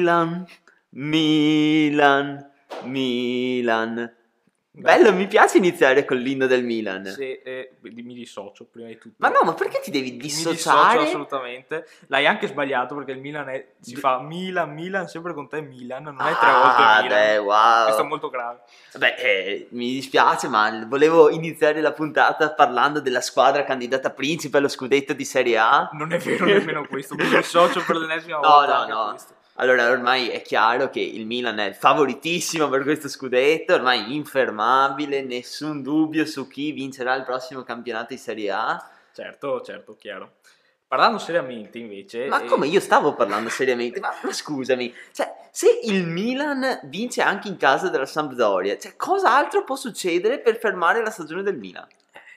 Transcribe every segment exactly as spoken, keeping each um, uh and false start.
Milan, Milan, Milan. Bello, mi piace iniziare con l'inno del Milan. Se, eh, mi dissocio prima di tutto. Ma no, ma perché ti devi Mi dissociare? dissocio assolutamente. L'hai anche sbagliato perché il Milan è, si D- fa Milan, Milan, sempre con te Milan, non è tre ah, volte Milan. Beh, wow. Questo è molto grave. Beh, eh, mi dispiace, ma volevo iniziare la puntata parlando della squadra candidata principe allo scudetto di Serie A. Non è vero nemmeno questo, mi dissocio per l'ennesima no, volta no, anche no. questo. Allora, ormai è chiaro che il Milan è favoritissimo per questo scudetto, ormai infermabile, nessun dubbio su chi vincerà il prossimo campionato di Serie A. Certo, certo, chiaro. Parlando seriamente invece... Ma eh... come? Io stavo parlando seriamente, ma, ma scusami, cioè, se il Milan vince anche in casa della Sampdoria, cioè, cosa altro può succedere per fermare la stagione del Milan?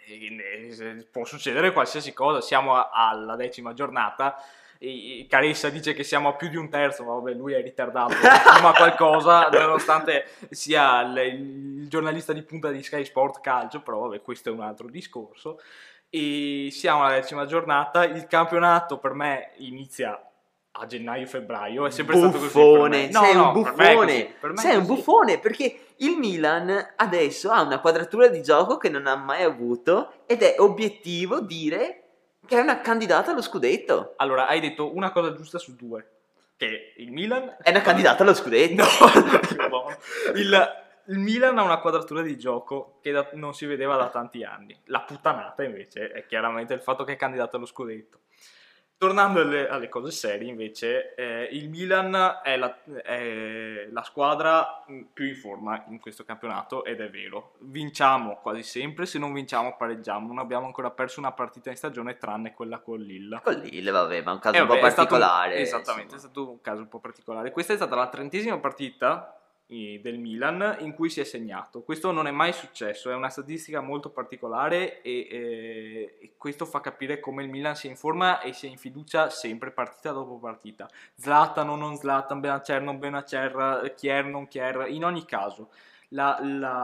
Eh, può succedere qualsiasi cosa, siamo alla decima giornata. Caressa dice che siamo a più di un terzo, ma vabbè, lui è ritardato, ma qualcosa, nonostante sia il, il giornalista di punta di Sky Sport Calcio, però vabbè, questo è un altro discorso. E siamo alla decima giornata, il campionato per me inizia a gennaio-febbraio, è sempre buffone, stato così per me. No, sei no, un buffone, per me sei un così. buffone, perché il Milan adesso ha una quadratura di gioco che non ha mai avuto ed è obiettivo dire che è una candidata allo scudetto. Allora, hai detto una cosa giusta su due, che il Milan... È una candidata allo scudetto. No, il, il Milan ha una quadratura di gioco che da, non si vedeva da tanti anni. La puttanata invece è chiaramente il fatto che è candidato allo scudetto. Tornando alle, alle cose serie invece, eh, il Milan è la, è la squadra più in forma in questo campionato ed è vero. Vinciamo quasi sempre, se non vinciamo pareggiamo. Non abbiamo ancora perso una partita in stagione tranne quella con Lille. Con Lille, vabbè, ma un caso Eh, un vabbè, po' è stato un- particolare. esattamente, insomma. è stato un caso un po' particolare. Questa è stata la trentesima partita eh, del Milan in cui si è segnato. Questo non è mai successo, è una statistica molto particolare e, eh, e questo fa capire come il Milan sia in forma e sia in fiducia sempre partita dopo partita. Zlatan o non Zlatan, Benacer non Benacer, Kier non Kier, in ogni caso. La,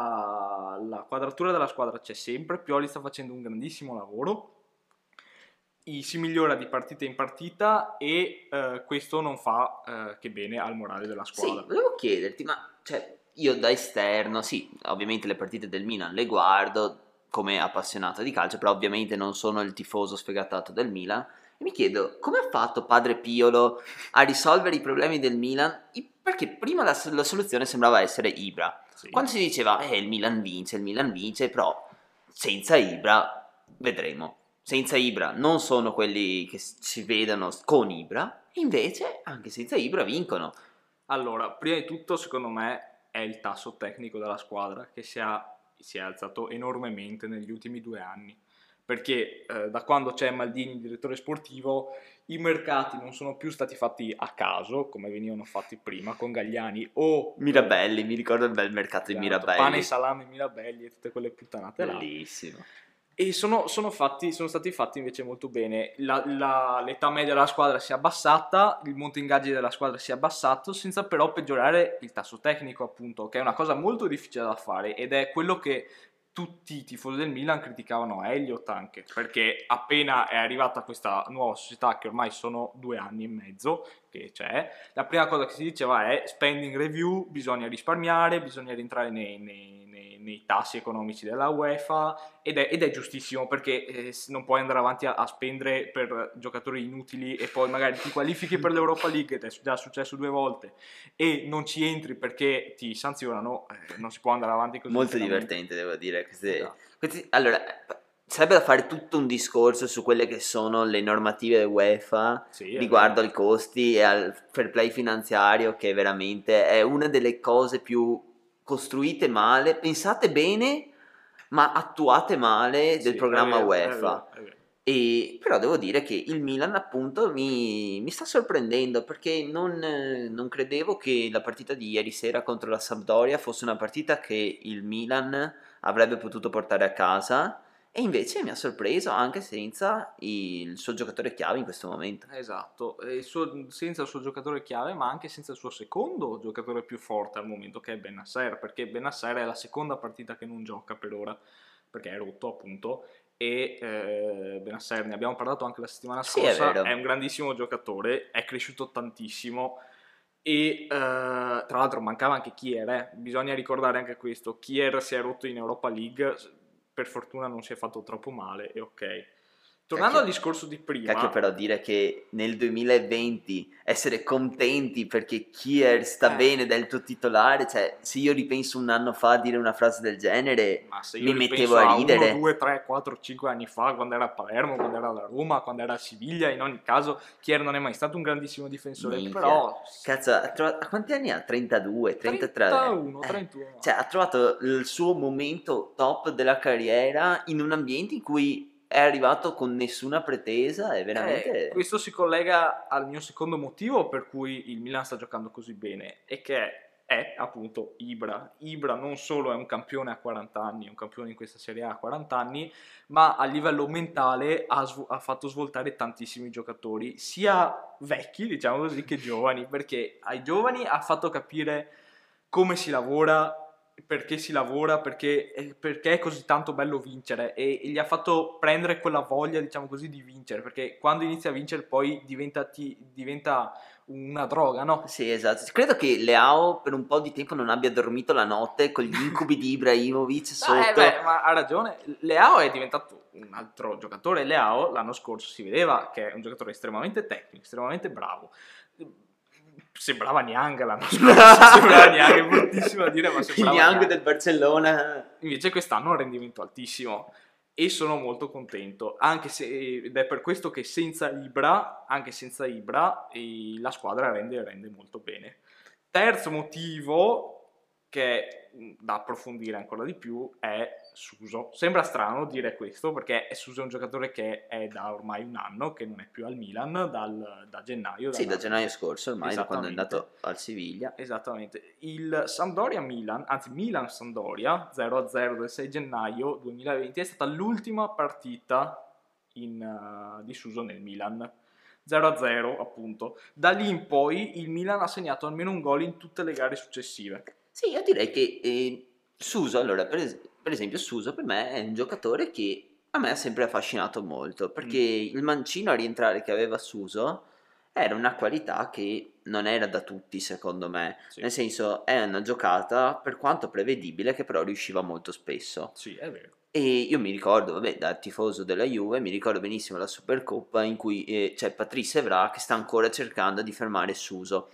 la, la quadratura della squadra c'è sempre, Pioli sta facendo un grandissimo lavoro, si migliora di partita in partita e eh, questo non fa eh, che bene al morale della squadra. Sì, volevo chiederti, ma cioè, io da esterno, sì, ovviamente le partite del Milan le guardo come appassionato di calcio, però ovviamente non sono il tifoso sfegatato del Milan e mi chiedo come ha fatto padre Piolo a risolvere i problemi del Milan, perché prima la, la soluzione sembrava essere Ibra. Sì. Quando si diceva eh il Milan vince, il Milan vince, però senza Ibra vedremo. Senza Ibra non sono quelli che si vedono con Ibra, invece anche senza Ibra vincono. Allora, prima di tutto secondo me è il tasso tecnico della squadra che si, ha, si è alzato enormemente negli ultimi due anni, perché eh, da quando c'è Maldini direttore sportivo i mercati non sono più stati fatti a caso come venivano fatti prima con Galliani o Mirabelli, mi ricordo il bel mercato esatto, di Mirabelli. pane, salame, Mirabelli e tutte quelle puttanate là. Bellissimo. E sono, sono, fatti, sono stati fatti invece molto bene. La, la, l'età media della squadra si è abbassata, il monte ingaggi della squadra si è abbassato, senza però peggiorare il tasso tecnico, appunto, che è una cosa molto difficile da fare ed è quello che tutti i tifosi del Milan criticavano a Elliott anche, perché appena è arrivata questa nuova società, che ormai sono due anni e mezzo che c'è, la prima cosa che si diceva è spending review, bisogna risparmiare, bisogna rientrare nei, nei, nei, nei tassi economici della UEFA ed è, ed è giustissimo perché eh, non puoi andare avanti a, a spendere per giocatori inutili e poi magari ti qualifichi per l'Europa League, ed è già successo due volte, e non ci entri perché ti sanzionano, eh, non si può andare avanti così. Molto divertente, devo dire. Queste, esatto. questi, allora, sarebbe da fare tutto un discorso su quelle che sono le normative UEFA sì, riguardo ai costi e al fair play finanziario, che veramente è una delle cose più costruite male, pensate bene, ma attuate male del sì, programma è vero, UEFA. È vero, è vero. E, però devo dire che il Milan appunto mi, mi sta sorprendendo, perché non, non credevo che la partita di ieri sera contro la Sampdoria fosse una partita che il Milan avrebbe potuto portare a casa, e invece mi ha sorpreso anche senza il suo giocatore chiave in questo momento. Esatto, il suo, senza il suo giocatore chiave, ma anche senza il suo secondo giocatore più forte al momento, che è Bennacer, perché Bennacer è la seconda partita che non gioca per ora, perché è rotto appunto, e eh, Bennacer, ne abbiamo parlato anche la settimana Sì, è scorsa, vero. è un grandissimo giocatore, è cresciuto tantissimo e uh, tra l'altro mancava anche Kier, eh. Bisogna ricordare anche questo, Kier si è rotto in Europa League, per fortuna non si è fatto troppo male e ok. Tornando Cacchio, al discorso di prima, cacchio però dire che nel duemilaventi essere contenti perché Kier sta eh, bene del tuo titolare, cioè se io ripenso un anno fa a dire una frase del genere ma se mi io mettevo ripenso a a ridere. uno, due, tre, quattro, cinque anni fa, quando era a Palermo, quando era alla Roma, quando era a Siviglia, in ogni caso Kier non è mai stato un grandissimo difensore, Minchia. però Cazzo, ha trovato, a quanti anni ha? trentadue, trentatré? trentuno, Eh, trentuno. Cioè ha trovato il suo momento top della carriera in un ambiente in cui è arrivato con nessuna pretesa e veramente... Eh, questo si collega al mio secondo motivo per cui il Milan sta giocando così bene e che è appunto Ibra. Ibra non solo è un campione a quaranta anni, è un campione in questa Serie A a quaranta anni, ma a livello mentale ha, sv- ha fatto svoltare tantissimi giocatori, sia vecchi, diciamo così, che giovani, perché ai giovani ha fatto capire come si lavora, perché si lavora, perché, eh, perché è così tanto bello vincere e, e gli ha fatto prendere quella voglia, diciamo così, di vincere, perché quando inizia a vincere poi diventa, ti, diventa una droga, no? Sì, esatto. Credo che Leao per un po' di tempo non abbia dormito la notte con gli incubi di Ibrahimovic No, sotto. eh, beh, ma ha ragione, Leao è diventato un altro giocatore. Leao l'anno scorso si vedeva che è un giocatore estremamente tecnico, estremamente bravo. Sembrava Niang l'anno scorso, sembrava Niang, è bruttissimo da dire, ma Il sembrava Young Niang. del Barcellona. Invece quest'anno ha un rendimento altissimo e sono molto contento, anche se, ed è per questo che senza Ibra, anche senza Ibra, eh, la squadra rende, rende molto bene. Terzo motivo, che è da approfondire ancora di più, è Suso. Sembra strano dire questo, perché Suso è un giocatore che è da ormai un anno, che non è più al Milan, dal, da gennaio. Sì, dalla- da gennaio scorso ormai, da quando è Esattamente. andato al Siviglia. Esattamente, il Sampdoria-Milan, anzi Milan-Sampdoria zero a zero del sei gennaio duemilaventi è stata l'ultima partita in, uh, di Suso nel Milan, zero a zero appunto. Da lì in poi il Milan ha segnato almeno un gol in tutte le gare successive. Sì, io direi che eh, Suso, allora, per, es- per esempio, Suso per me è un giocatore che a me ha sempre affascinato molto, perché Mm. il mancino a rientrare che aveva Suso era una qualità che non era da tutti, secondo me. Sì. Nel senso, è una giocata, per quanto prevedibile, che però riusciva molto spesso. Sì, è vero. E io mi ricordo, vabbè, da tifoso della Juve, mi ricordo benissimo la Supercoppa in cui eh, c'è Patrice Evra che sta ancora cercando di fermare Suso.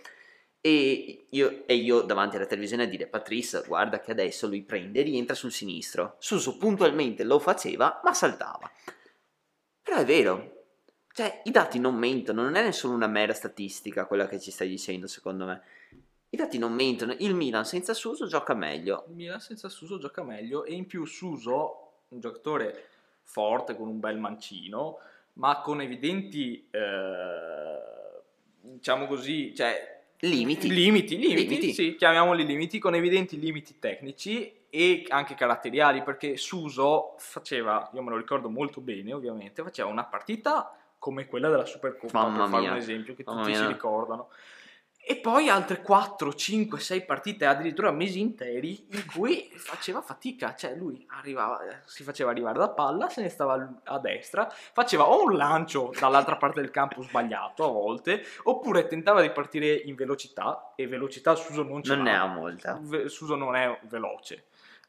E io, e io davanti alla televisione a dire: Patrice, guarda che adesso lui prende e rientra sul sinistro. Suso puntualmente lo faceva, ma saltava. Però è vero, cioè i dati non mentono, non è solo una mera statistica quella che ci stai dicendo, secondo me. I dati non mentono, il Milan senza Suso gioca meglio. Il Milan senza Suso gioca meglio e in più Suso, un giocatore forte con un bel mancino, ma con evidenti, eh, diciamo così, cioè Limiti. limiti, limiti, Limiti. sì, chiamiamoli limiti, con evidenti limiti tecnici e anche caratteriali, perché Suso faceva, io me lo ricordo molto bene ovviamente, faceva una partita come quella della Supercoppa, Mamma per fare mia. un esempio che Mamma tutti mia. si ricordano. E poi altre quattro, cinque, sei partite, addirittura mesi interi, in cui faceva fatica. Cioè lui arrivava, si faceva arrivare da palla, se ne stava a destra, faceva o un lancio dall'altra parte del campo sbagliato a volte, oppure tentava di partire in velocità, e velocità Suso non ce Non l'ha. ne ha molta. Ve- Suso non è veloce.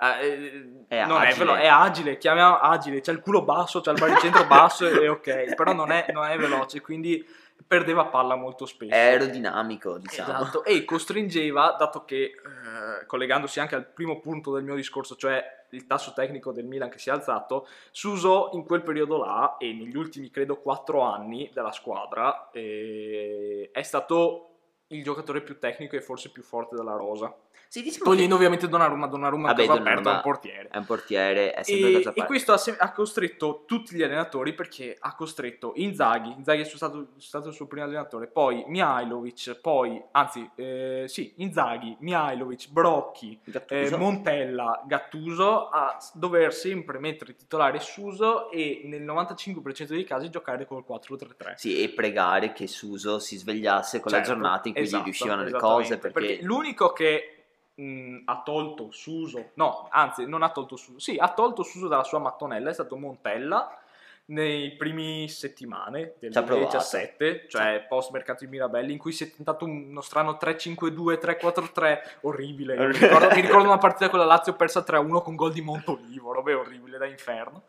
Eh, È non è, agile. velo- è agile, chiamiamo agile, c'ha il culo basso, c'ha il baricentro basso e ok, però non è, non è veloce, quindi perdeva palla molto spesso. È aerodinamico, diciamo. Esatto, e costringeva, dato che, eh, collegandosi anche al primo punto del mio discorso, cioè il tasso tecnico del Milan che si è alzato, Suso in quel periodo là, e negli ultimi credo quattro anni della squadra, eh, è stato il giocatore più tecnico e forse più forte della rosa. Sì, diciamo Togliendo che... ovviamente Donnarumma, Donnarumma Vabbè, a caso Donnarumma aperto è un portiere. È un portiere, è sempre cosa E, a e fare. questo ha, se- ha costretto tutti gli allenatori, perché ha costretto Inzaghi, Inzaghi è stato, stato il suo primo allenatore, poi Mihajlovic, poi, anzi, eh, sì, Inzaghi, Mihajlovic, Brocchi, eh, Gattuso. Montella, Gattuso, a s- dover sempre mettere titolare Suso e nel novantacinque per cento dei casi giocare col quattro tre tre. Sì, e pregare che Suso si svegliasse con Certo, la giornata in cui esatto, gli riuscivano le esattamente, cose, perché... l'unico che mh, ha tolto Suso, no, anzi non ha tolto Suso, sì, ha tolto Suso dalla sua mattonella è stato Montella, nei primi settimane del Ci ha duemiladiciassette, cioè post mercato di Mirabelli, in cui si è tentato uno strano tre cinque due tre quattro tre orribile. Mi ricordo, mi ricordo una partita con la Lazio persa tre a uno con gol di Montolivo, roba orribile da inferno.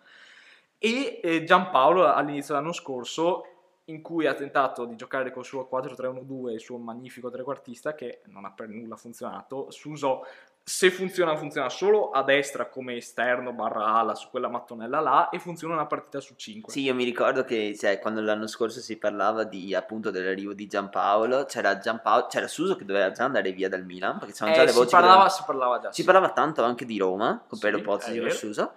E eh, Giampaolo all'inizio dell'anno scorso, in cui ha tentato di giocare col suo quattro tre uno due, il suo magnifico trequartista, che non ha per nulla funzionato. Suso, se funziona, funziona solo a destra come esterno barra ala su quella mattonella là, e funziona una partita su cinque. Sì, io mi ricordo che cioè, quando l'anno scorso si parlava di, appunto, dell'arrivo di Giampaolo, c'era Giampaolo, c'era Suso che doveva già andare via dal Milan, perché c'erano Eh, già le si voci parlava, che si parlava già. si sì. parlava tanto anche di Roma, con per Sì, l'ipotesi è di vero. Suso.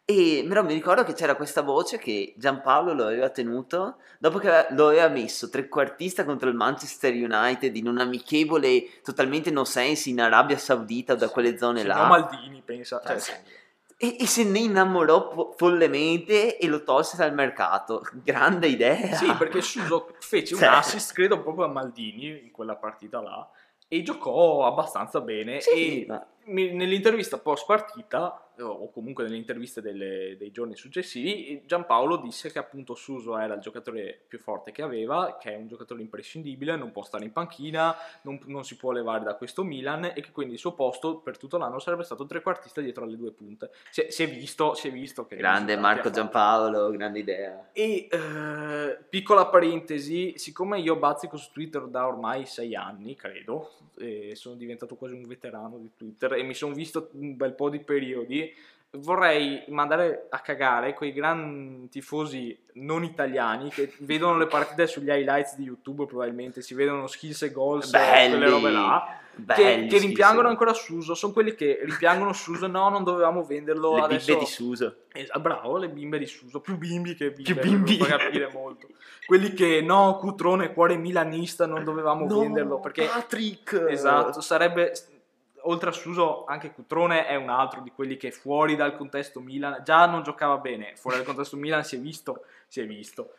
E però mi ricordo che c'era questa voce che Giampaolo lo aveva tenuto dopo che lo aveva messo trequartista contro il Manchester United in un amichevole totalmente no sense in Arabia Saudita o da quelle zone là. Segnò Maldini, pensa. Cioè, Cioè, e, e se ne innamorò fo- follemente e lo tolse dal mercato. Grande idea. Sì, perché Suso fece un Cioè. assist, credo proprio a Maldini in quella partita là, e giocò abbastanza bene. Sì, e ma- mi- nell'intervista post partita, o comunque nelle interviste delle- dei giorni successivi, Giampaolo disse che appunto Suso era il giocatore più forte che aveva, che è un giocatore imprescindibile, non può stare in panchina, non, non si può levare da questo Milan, e che quindi il suo posto per tutto l'anno sarebbe stato trequartista dietro alle due punte. Si è, si è visto, si è visto che grande risultati Marco ha fatto. Giampaolo, grande idea. E eh, piccola parentesi, siccome io bazzico su Twitter da ormai sei anni, credo, e sono diventato quasi un veterano di Twitter e mi sono visto un bel po' di periodi, vorrei mandare a cagare quei gran tifosi non italiani che vedono le partite sugli highlights di YouTube, probabilmente si vedono skills e goals, Belli, quelle robe là, che, belli che rimpiangono skills. ancora Suso. Sono quelli che rimpiangono Suso, no, non dovevamo venderlo Le adesso. bibbe di Suso. Esatto, bravo, le bimbe di Suso, più bimbi che bimbe, Più bimbi. non fa capire molto. Quelli che no, Cutrone, cuore milanista, non dovevamo No, venderlo perché Patrick. esatto, sarebbe, oltre a Suso, anche Cutrone è un altro di quelli che fuori dal contesto Milan già non giocava bene, fuori dal contesto Milan si è visto, si è visto.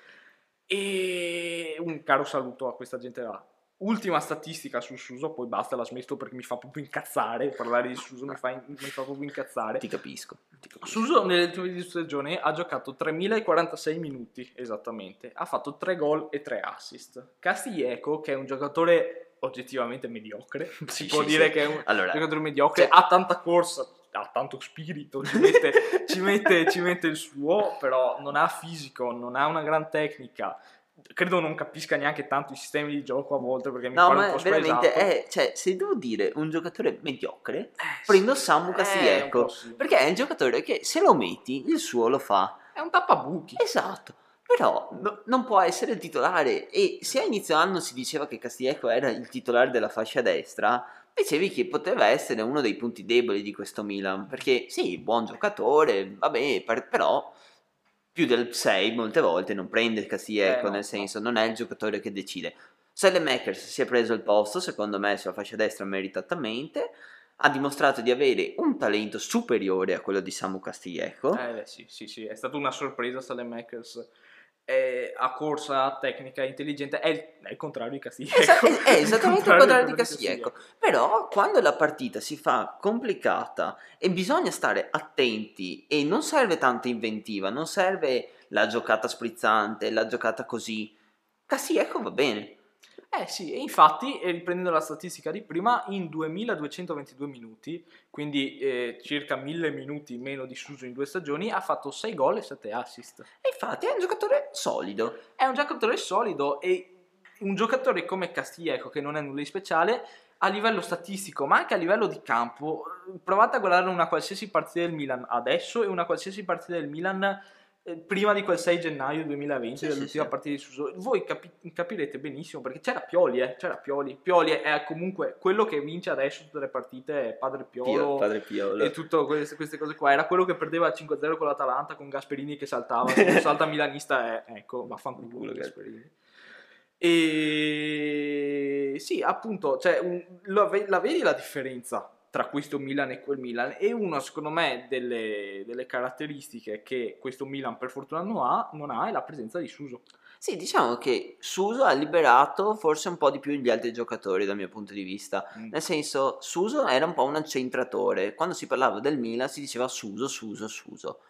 E un caro saluto a questa gente là. Ultima statistica su Suso, poi basta, la smetto perché mi fa proprio incazzare. Parlare di Suso mi fa, mi fa proprio incazzare. Ti capisco, ti capisco. Suso nelle ultime due stagioni ha giocato tremilaquarantasei minuti esattamente, ha fatto tre gol e tre assist. Castiglieco, che è un giocatore oggettivamente mediocre, si Sì, può sì, dire sì. che è un Allora, giocatore mediocre, cioè- ha tanta corsa, ha tanto spirito, ci mette, ci, mette, ci mette il suo, però non ha fisico, non ha una gran tecnica. Credo non capisca neanche tanto i sistemi di gioco a volte, perché mi No, pare un ma po' veramente spaesato. è, cioè, se devo dire un giocatore mediocre, Eh, prendo sì. Samu Eh, un Castiglieco, po' sì. perché è un giocatore che se lo metti il suo lo fa. È un tappabuchi. Esatto, però no- non può essere il titolare, e se a inizio anno si diceva che Castiglieco era il titolare della fascia destra, dicevi che poteva essere uno dei punti deboli di questo Milan, perché sì, buon giocatore, vabbè, per- però più del sei molte volte non prende il Castiglieco, Eh, no, nel senso non è il giocatore che decide. Saelemaekers si è preso il posto, secondo me, sulla fascia destra meritatamente, ha dimostrato di avere un talento superiore a quello di Samu Castiglieco. Eh beh, sì, sì, sì, è stata una sorpresa Saelemaekers. È a corsa tecnica intelligente, è il, è il contrario di Castiglieco. Esa- è, è esattamente il contrario di quello Castiglieco. Però quando la partita si fa complicata e bisogna stare attenti e non serve tanta inventiva, non serve la giocata sprizzante, la giocata così, Castiglieco va bene. Eh sì, e infatti, e riprendendo la statistica di prima, in duemiladuecentoventidue minuti, quindi eh, circa mille minuti meno di Suso in due stagioni, ha fatto sei gol e sette assist. E infatti è un giocatore solido. È un giocatore solido, e un giocatore come Castiglieco, che non è nulla di speciale, a livello statistico, ma anche a livello di campo. Provate a guardare una qualsiasi partita del Milan adesso e una qualsiasi partita del Milan eh, prima di quel sei gennaio duemilaventi, Sì, dell'ultima sì, sì. partita di Suso. Voi capi- capirete benissimo, perché c'era Pioli, eh, c'era Pioli. Pioli è comunque quello che vince adesso tutte le partite, è Padre Piolo, Pio- padre Piolo. e tutte queste, queste cose qua. Era quello che perdeva cinque a zero con l'Atalanta, con Gasperini che saltava. Se non salta milanista è, ecco, vaffanculo Culo, Gasperini. E sì, appunto, cioè, un- la, ve- la vedi la differenza tra questo Milan e quel Milan? E una, secondo me, delle, delle caratteristiche che questo Milan per fortuna non ha, non ha è la presenza di Suso. Sì, diciamo che Suso ha liberato forse un po' di più gli altri giocatori dal mio punto di vista. Mm. Nel senso, Suso era un po' un accentratore. Quando si parlava del Milan si diceva Suso, Suso, Suso. Sì.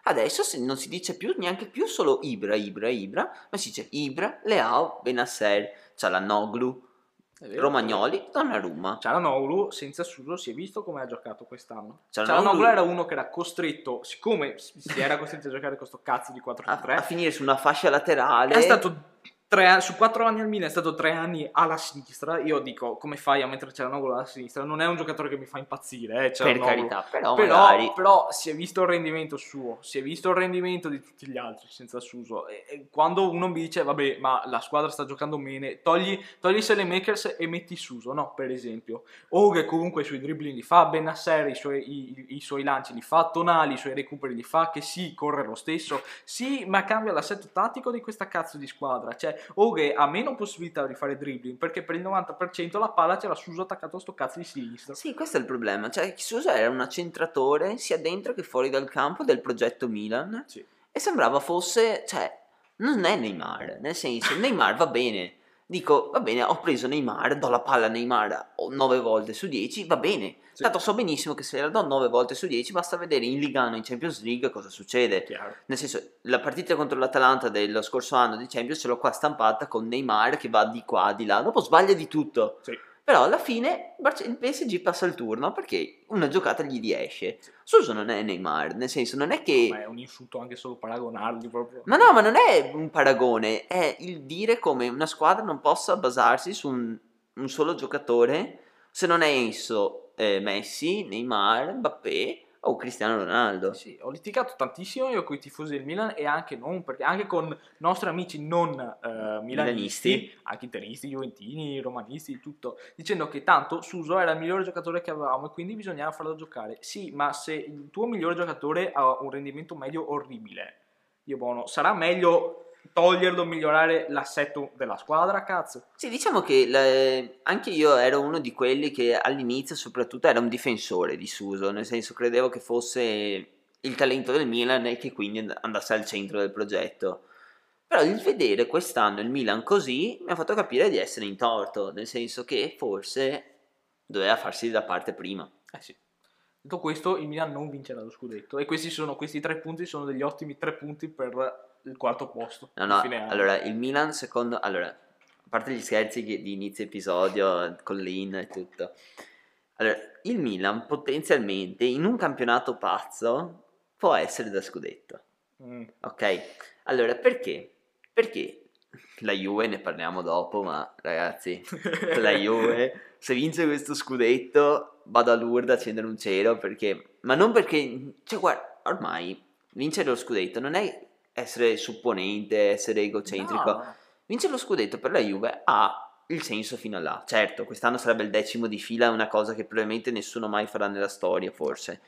Adesso si- non si dice più neanche più solo Ibra, Ibra, Ibra, ma si dice Ibra, Leao, Benasser, Çalhanoğlu, È vero, è vero. Romagnoli, Donnarumma. Çalhanoğlu senza Suso si è visto come ha giocato quest'anno. Çalhanoğlu- Çalhanoğlu era uno che era costretto, siccome si era costretto a giocare questo cazzo di quattro A, tre, a finire su una fascia laterale. è stato tre anni, su quattro anni al Milan è stato tre anni alla sinistra. Io dico, come fai a mettere Çalhanoğlu alla sinistra? Non è un giocatore che mi fa impazzire, eh, Per Çalhanoğlu. carità, però, Però, magari però si è visto il rendimento suo, si è visto il rendimento di tutti gli altri senza Suso. E, e quando uno mi dice, vabbè, ma la squadra sta giocando bene, togli, togli Makers e metti Suso, no? Per esempio. O che comunque i suoi dribbling li fa, Benasser i suoi, i, i suoi lanci li fa, Tonali i suoi recuperi li fa, che sì, corre lo stesso, sì, ma cambia l'assetto tattico di questa cazzo di squadra. Cioè, o che ha meno possibilità di fare dribbling, perché per il novanta per cento la palla ce l'ha Suso attaccato a sto cazzo di sinistra. sì, questo è il problema. Cioè, Suso era un accentratore sia dentro che fuori dal campo del progetto Milan. Sì. E sembrava fosse, cioè, non è Neymar. Nel senso, Neymar va bene. Dico, va bene, ho preso Neymar, do la palla a Neymar nove volte su dieci, va bene. Sì. Tanto so benissimo che se la do nove volte su dieci, basta vedere in Ligano, in Champions League, cosa succede. Chiaro. Nel senso, la partita contro l'Atalanta dello scorso anno di Champions ce l'ho qua stampata con Neymar che va di qua, di là, dopo sbaglia di tutto. Sì. Però alla fine il P S G passa il turno perché una giocata gli riesce. Suso non è Neymar, nel senso non è che... Ma è un insulto anche solo paragonarli proprio. Ma no, ma non è un paragone, è il dire come una squadra non possa basarsi su un, un solo giocatore se non è esso eh, Messi, Neymar, Mbappé o Cristiano Ronaldo. Sì, ho litigato tantissimo io con i tifosi del Milan e anche non, perché anche con nostri amici non eh, milanisti, Milanisti. anche interisti, juventini, romanisti, tutto, dicendo che tanto Suso era il migliore giocatore che avevamo e quindi bisognava farlo giocare. Sì, ma se il tuo migliore giocatore ha un rendimento medio orribile, io buono, sarà meglio toglierlo, migliorare l'assetto della squadra, cazzo. Sì, diciamo che la- anche io ero uno di quelli che all'inizio soprattutto era un difensore di Suso, nel senso credevo che fosse il talento del Milan e che quindi and- andasse al centro del progetto. Però il vedere quest'anno il Milan così mi ha fatto capire di essere in torto, nel senso che forse doveva farsi da parte prima. Eh sì. Detto questo, il Milan non vincerà lo scudetto e questi sono questi tre punti sono degli ottimi tre punti per il quarto posto. No, di no, fine anno. allora il Milan secondo... Allora, a parte gli scherzi che- di inizio episodio con l'in e tutto. Allora, il Milan potenzialmente in un campionato pazzo può essere da scudetto. Mm. Ok? Allora, perché? Perché la Juve, ne parliamo dopo, ma ragazzi, la Juve, se vince questo scudetto, vado a Lourdes a accendere un cielo, perché... Ma non perché... Cioè, guarda, ormai vincere lo scudetto non è essere supponente, essere egocentrico. No, no. Vincere lo scudetto per la Juve ha il senso fino a là. Certo, quest'anno sarebbe il decimo di fila, è una cosa che probabilmente nessuno mai farà nella storia, forse.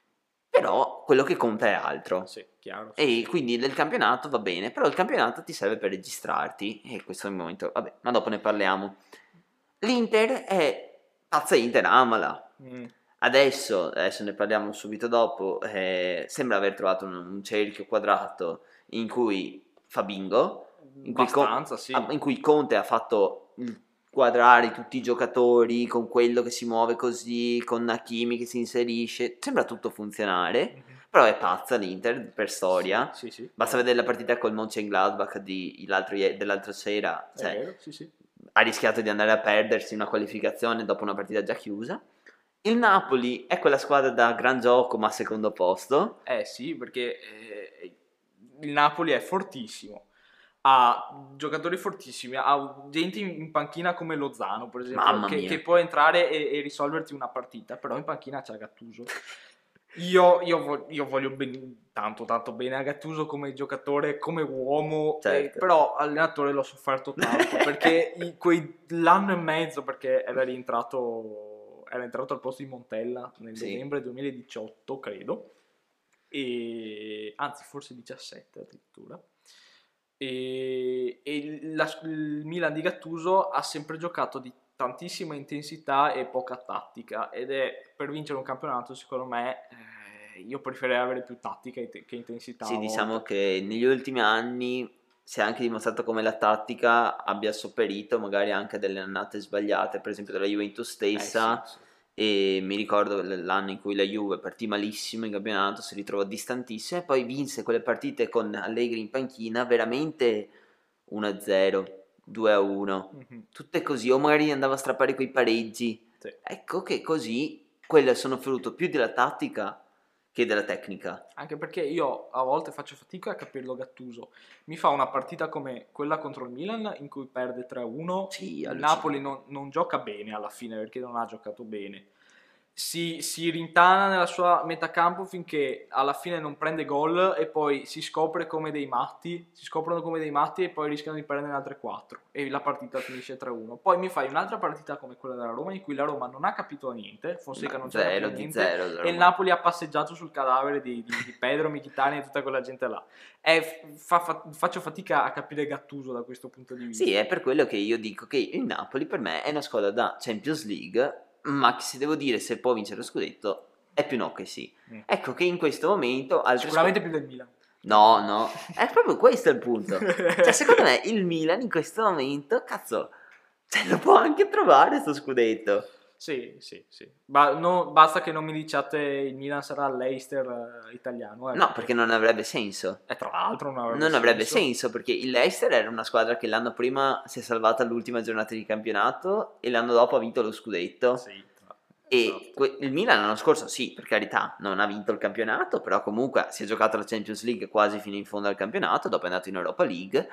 Però quello che conta è altro. Sì, chiaro. E quindi del campionato va bene, però il campionato ti serve per registrarti. E questo è il momento, vabbè, ma dopo ne parliamo. L'Inter è pazza Inter, amala. Mm. Adesso, adesso ne parliamo subito dopo, eh, sembra aver trovato un, un cerchio quadrato in cui fa bingo, in cui, Con- Abbastanza, sì. in cui Conte ha fatto il quadrare tutti i giocatori con quello che si muove così, con Hakimi che si inserisce, sembra tutto funzionare, Mhm. però è pazza l'Inter per storia. Sì, sì. Basta vedere la partita col Mönchengladbach di, l'altro ie- dell'altra sera, È cioè, vero, sì, sì. ha rischiato di andare a perdersi una qualificazione dopo una partita già chiusa. Il Napoli è quella squadra da gran gioco ma secondo posto. Eh sì, perché eh, il Napoli è fortissimo. Ha giocatori fortissimi, ha gente in in panchina come Lozano, per esempio, Mamma che, mia. che può entrare e, e risolverti una partita, però in panchina c'è Gattuso. Io, io vo- io voglio ben- tanto, tanto bene a Gattuso come giocatore, come uomo, Certo. eh, però allenatore l'ho sofferto tanto, perché i- quei, l'anno e mezzo, perché era rientrato, era entrato al posto di Montella nel Sì. novembre duemiladiciotto, credo, e, anzi forse diciassette addirittura. E, e il, la- il Milan di Gattuso ha sempre giocato di tantissima intensità e poca tattica, ed è per vincere un campionato secondo me eh, io preferirei avere più tattica che che intensità. Sì, a diciamo volte. che negli ultimi anni si è anche dimostrato come la tattica abbia sopperito magari anche delle annate sbagliate, per esempio della Juventus Eh, stessa, sì, sì. e mi ricordo l- l'anno in cui la Juve partì malissimo in campionato, si ritrovò distantissima e poi vinse quelle partite con Allegri in panchina veramente uno a zero, due a uno, Mhm. tutte così, o magari andava a strappare quei pareggi. Sì. Ecco che così quelle sono frutto più della tattica che della tecnica. Anche perché io a volte faccio fatica a capirlo Gattuso. Mi fa una partita come quella contro il Milan in cui perde tre a uno. Sì, Il allucinante. Napoli non, non gioca bene alla fine perché non ha giocato bene. Si, si rintana nella sua metacampo finché alla fine non prende gol e poi si scopre come dei matti, si scoprono come dei matti e poi rischiano di prendere altre quattro e la partita finisce tre a uno. Poi mi fai un'altra partita come quella della Roma in cui la Roma non ha capito niente, Fonseca non c'era Zero più di niente zero della e il Roma. Napoli ha passeggiato sul cadavere di, di, di Pedro, Mkhitaryan e tutta quella gente là. È, fa, fa, faccio fatica a capire Gattuso da questo punto di vista. Sì, è per quello che io dico che il Napoli per me è una squadra da Champions League, ma che se devo dire se può vincere lo scudetto è più no che sì. Mm. Ecco che in questo momento altre Sicuramente squadre... più del Milan. No, no, è proprio questo il punto. Cioè, secondo me il Milan in questo momento, cazzo, cioè, lo può anche trovare sto scudetto. Sì, sì, sì. Ba- no, basta che non mi diciate il Milan sarà l'Eister eh, italiano. Eh, No, perché non avrebbe senso. E tra l'altro non avrebbe Non avrebbe senso. senso perché il Leicester era una squadra che l'anno prima si è salvata all'ultima giornata di campionato e l'anno dopo ha vinto lo scudetto. Sì, tra- E esatto. que- il Milan l'anno scorso, sì, per carità, non ha vinto il campionato, però comunque si è giocato la Champions League quasi fino in fondo al campionato, dopo è andato in Europa League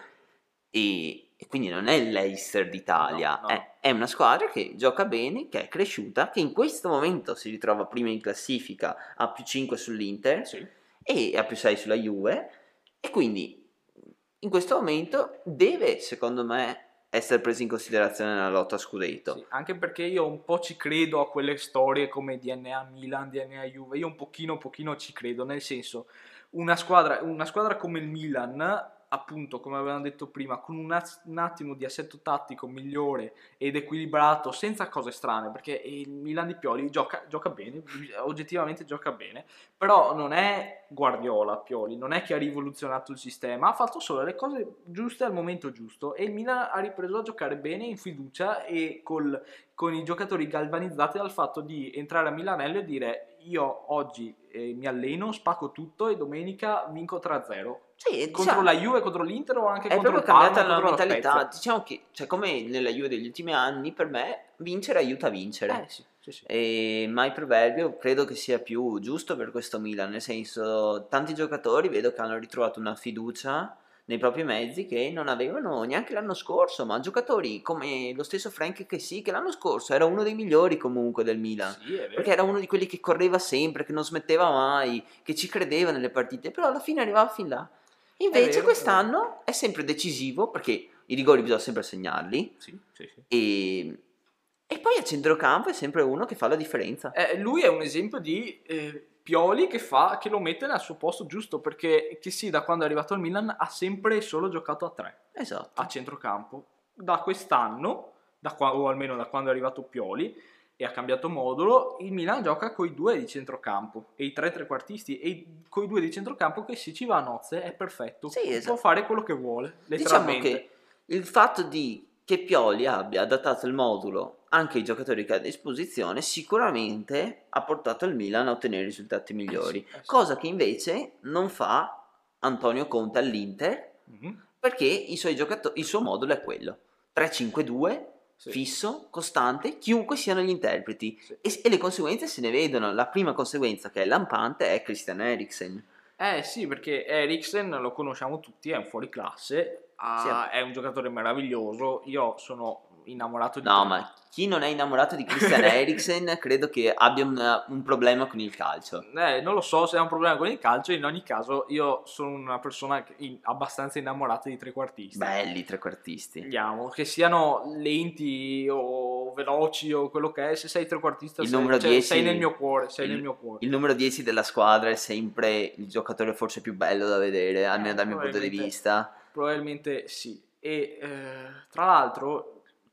e, e quindi non è il Leicester d'Italia, No, no. È, è una squadra che gioca bene, che è cresciuta, che in questo momento si ritrova prima in classifica, a più cinque sull'Inter Sì. e a più sei sulla Juve e quindi in questo momento deve, secondo me, essere preso in considerazione nella lotta a scudetto. Sì, anche perché io un po' ci credo a quelle storie come D N A Milan, D N A Juve, io un pochino, un pochino ci credo, nel senso, una squadra, una squadra come il Milan, appunto, come avevamo detto prima, con un, az- un attimo di assetto tattico migliore ed equilibrato, senza cose strane, perché il Milan di Pioli gioca, gioca bene, oggettivamente gioca bene, però non è Guardiola Pioli, non è che ha rivoluzionato il sistema, ha fatto solo le cose giuste al momento giusto e il Milan ha ripreso a giocare bene in fiducia e col, con i giocatori galvanizzati dal fatto di entrare a Milanello e dire io oggi eh, mi alleno, spacco tutto e domenica vinco tre a zero. Sì, Contro diciamo, la Juve, contro l'Inter o anche è contro proprio il Parma cambiata e la contro la mentalità. Spezia. Diciamo che, cioè, come nella Juve degli ultimi anni, per me vincere aiuta a Eh vincere. sì, sì, sì. E mai proverbio credo che sia più giusto per questo Milan, nel senso, tanti giocatori vedo che hanno ritrovato una fiducia nei propri mezzi che non avevano neanche l'anno scorso, ma giocatori come lo stesso Frank che sì, che l'anno scorso era uno dei migliori comunque del Milan, Sì, è perché vero. era uno di quelli che correva sempre, che non smetteva mai, che ci credeva nelle partite, però alla fine arrivava fin là. È Invece vero, è vero. quest'anno è sempre decisivo perché i rigori bisogna sempre segnarli Sì, sì, sì. e, e poi a centrocampo è sempre uno che fa la differenza. Eh, lui è un esempio di eh, Pioli che, fa, che lo mette nel suo posto giusto perché che sì, da quando è arrivato al Milan ha sempre e solo giocato a tre Esatto. a centrocampo. Da quest'anno, da qua, o almeno da quando è arrivato Pioli e ha cambiato modulo, il Milan gioca con i due di centrocampo e i tre trequartisti e con i due di centrocampo che se ci va a nozze è perfetto, Sì, può esatto. fare quello che vuole, Diciamo letteralmente. che il fatto di che Pioli abbia adattato il modulo anche ai giocatori che ha a disposizione sicuramente ha portato il Milan a ottenere risultati migliori, Eh sì, eh sì. cosa che invece non fa Antonio Conte all'Inter Mhm. perché i suoi giocatori, il suo modulo è quello tre cinque due Sì. fisso, costante, chiunque siano gli interpreti Sì. e, e le conseguenze se ne vedono. La prima conseguenza che è lampante è Christian Eriksen. Eh sì, perché Eriksen lo conosciamo tutti, è un fuoriclasse, Sì, ha- è un giocatore meraviglioso, io sono innamorato di no, tre. ma chi non è innamorato di Christian Eriksen credo che abbia un, un problema con il calcio. Eh, non lo so se è un problema con il calcio, in ogni caso io sono una persona che- in- abbastanza innamorata di trequartisti. Belli i trequartisti. Andiamo, che siano lenti o veloci o quello che è, se sei trequartista Il sei, numero cioè, dieci sei nel mio cuore, sei il, nel mio cuore. il numero dieci della squadra è sempre il giocatore forse più bello da vedere, almeno Eh, dal mio punto di probabilmente, vista. probabilmente sì. E eh, tra l'altro,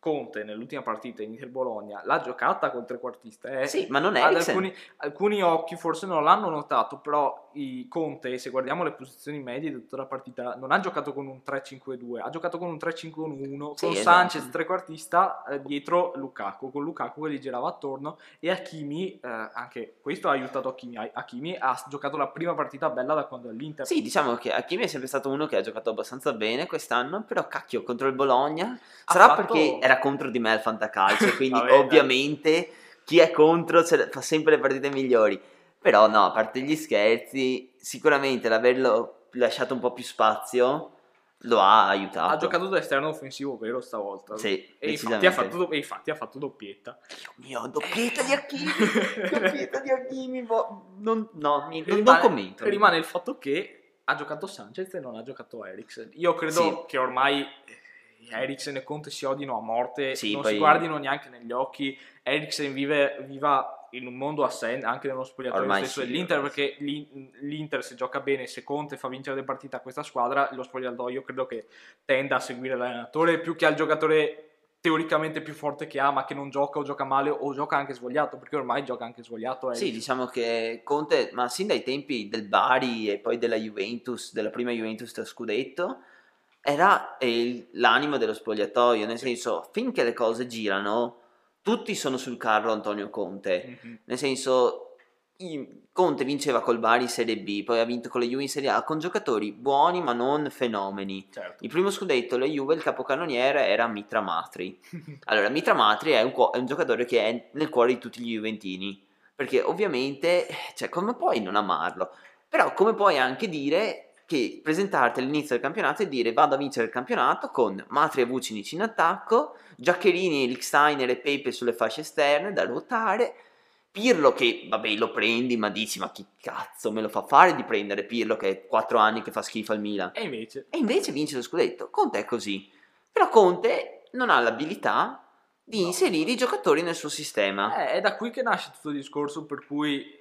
Conte nell'ultima partita in Inter-Bologna l'ha giocata col trequartista, eh. Sì, ma non è Ad Eriksen. alcuni, alcuni occhi forse non l'hanno notato, però i Conte, se guardiamo le posizioni medie di tutta la partita, non ha giocato con un tre cinque due, ha giocato con un tre cinque uno, Sì, con esatto. Sanchez trequartista eh, dietro Lukaku, con Lukaku che gli girava attorno, e Hakimi, eh, anche questo ha aiutato Hakimi. Hakimi ha giocato la prima partita bella da quando è all'Inter. Sì, diciamo che Hakimi è sempre stato uno che ha giocato abbastanza bene quest'anno, però cacchio, contro il Bologna sarà fatto- perché era contro di me il fantacalcio, quindi Vabbè, dai. ovviamente chi è contro ce le- fa sempre le partite migliori. Però no, a parte gli scherzi, sicuramente l'averlo lasciato un po' più spazio lo ha aiutato. Ha giocato da esterno offensivo vero stavolta. Sì, e, infatti ha decisamente. fatto, do- e infatti ha fatto doppietta. Dio mio, doppietta di Hakimi, doppietta di Hakimi, boh, non, no, mi- non, non rimane, commento. rimane il fatto che ha giocato Sanchez e non ha giocato Eriksen. Io credo Sì. che ormai eh, Eriksen e Conte si odino a morte, Sì, non poi- si guardino neanche negli occhi. Eriksen vive, viva in un mondo assente anche nello spogliatoio Ormai stesso sì, dell'Inter, ormai perché l'In- l'Inter se gioca bene, se Conte fa vincere le partite a questa squadra, lo spogliatoio credo che tenda a seguire l'allenatore più che al giocatore teoricamente più forte che ha, ma che non gioca o gioca male o gioca anche svogliato, perché ormai gioca anche svogliato. Sì, Eriksen. diciamo che Conte, ma sin dai tempi del Bari e poi della Juventus, della prima Juventus da scudetto, era il- l'animo dello spogliatoio, nel senso, finché le cose girano, tutti sono sul carro Antonio Conte, Mhm. nel senso, i- Conte vinceva col Bari Serie B, poi ha vinto con la Juve in Serie A, con giocatori buoni ma non fenomeni. Certo. Il primo scudetto, la Juve, il capocannoniere era Mitra Matri. Allora, Mitra Matri è un, cuo- è un giocatore che è nel cuore di tutti gli juventini, perché ovviamente, cioè, come puoi non amarlo? Però come puoi anche dire che presentarti all'inizio del campionato e dire vado a vincere il campionato con Matri e Vucinic in attacco, Giaccherini, Lichtsteiner e Pepe sulle fasce esterne da ruotare, Pirlo che, vabbè, lo prendi, ma dici, ma chi cazzo me lo fa fare di prendere Pirlo che è quattro anni che fa schifo al Milan? E invece E invece vince lo scudetto. Conte è così. Però Conte non ha l'abilità di No. inserire i giocatori nel suo sistema. Eh, è da qui che nasce tutto il discorso per cui eh,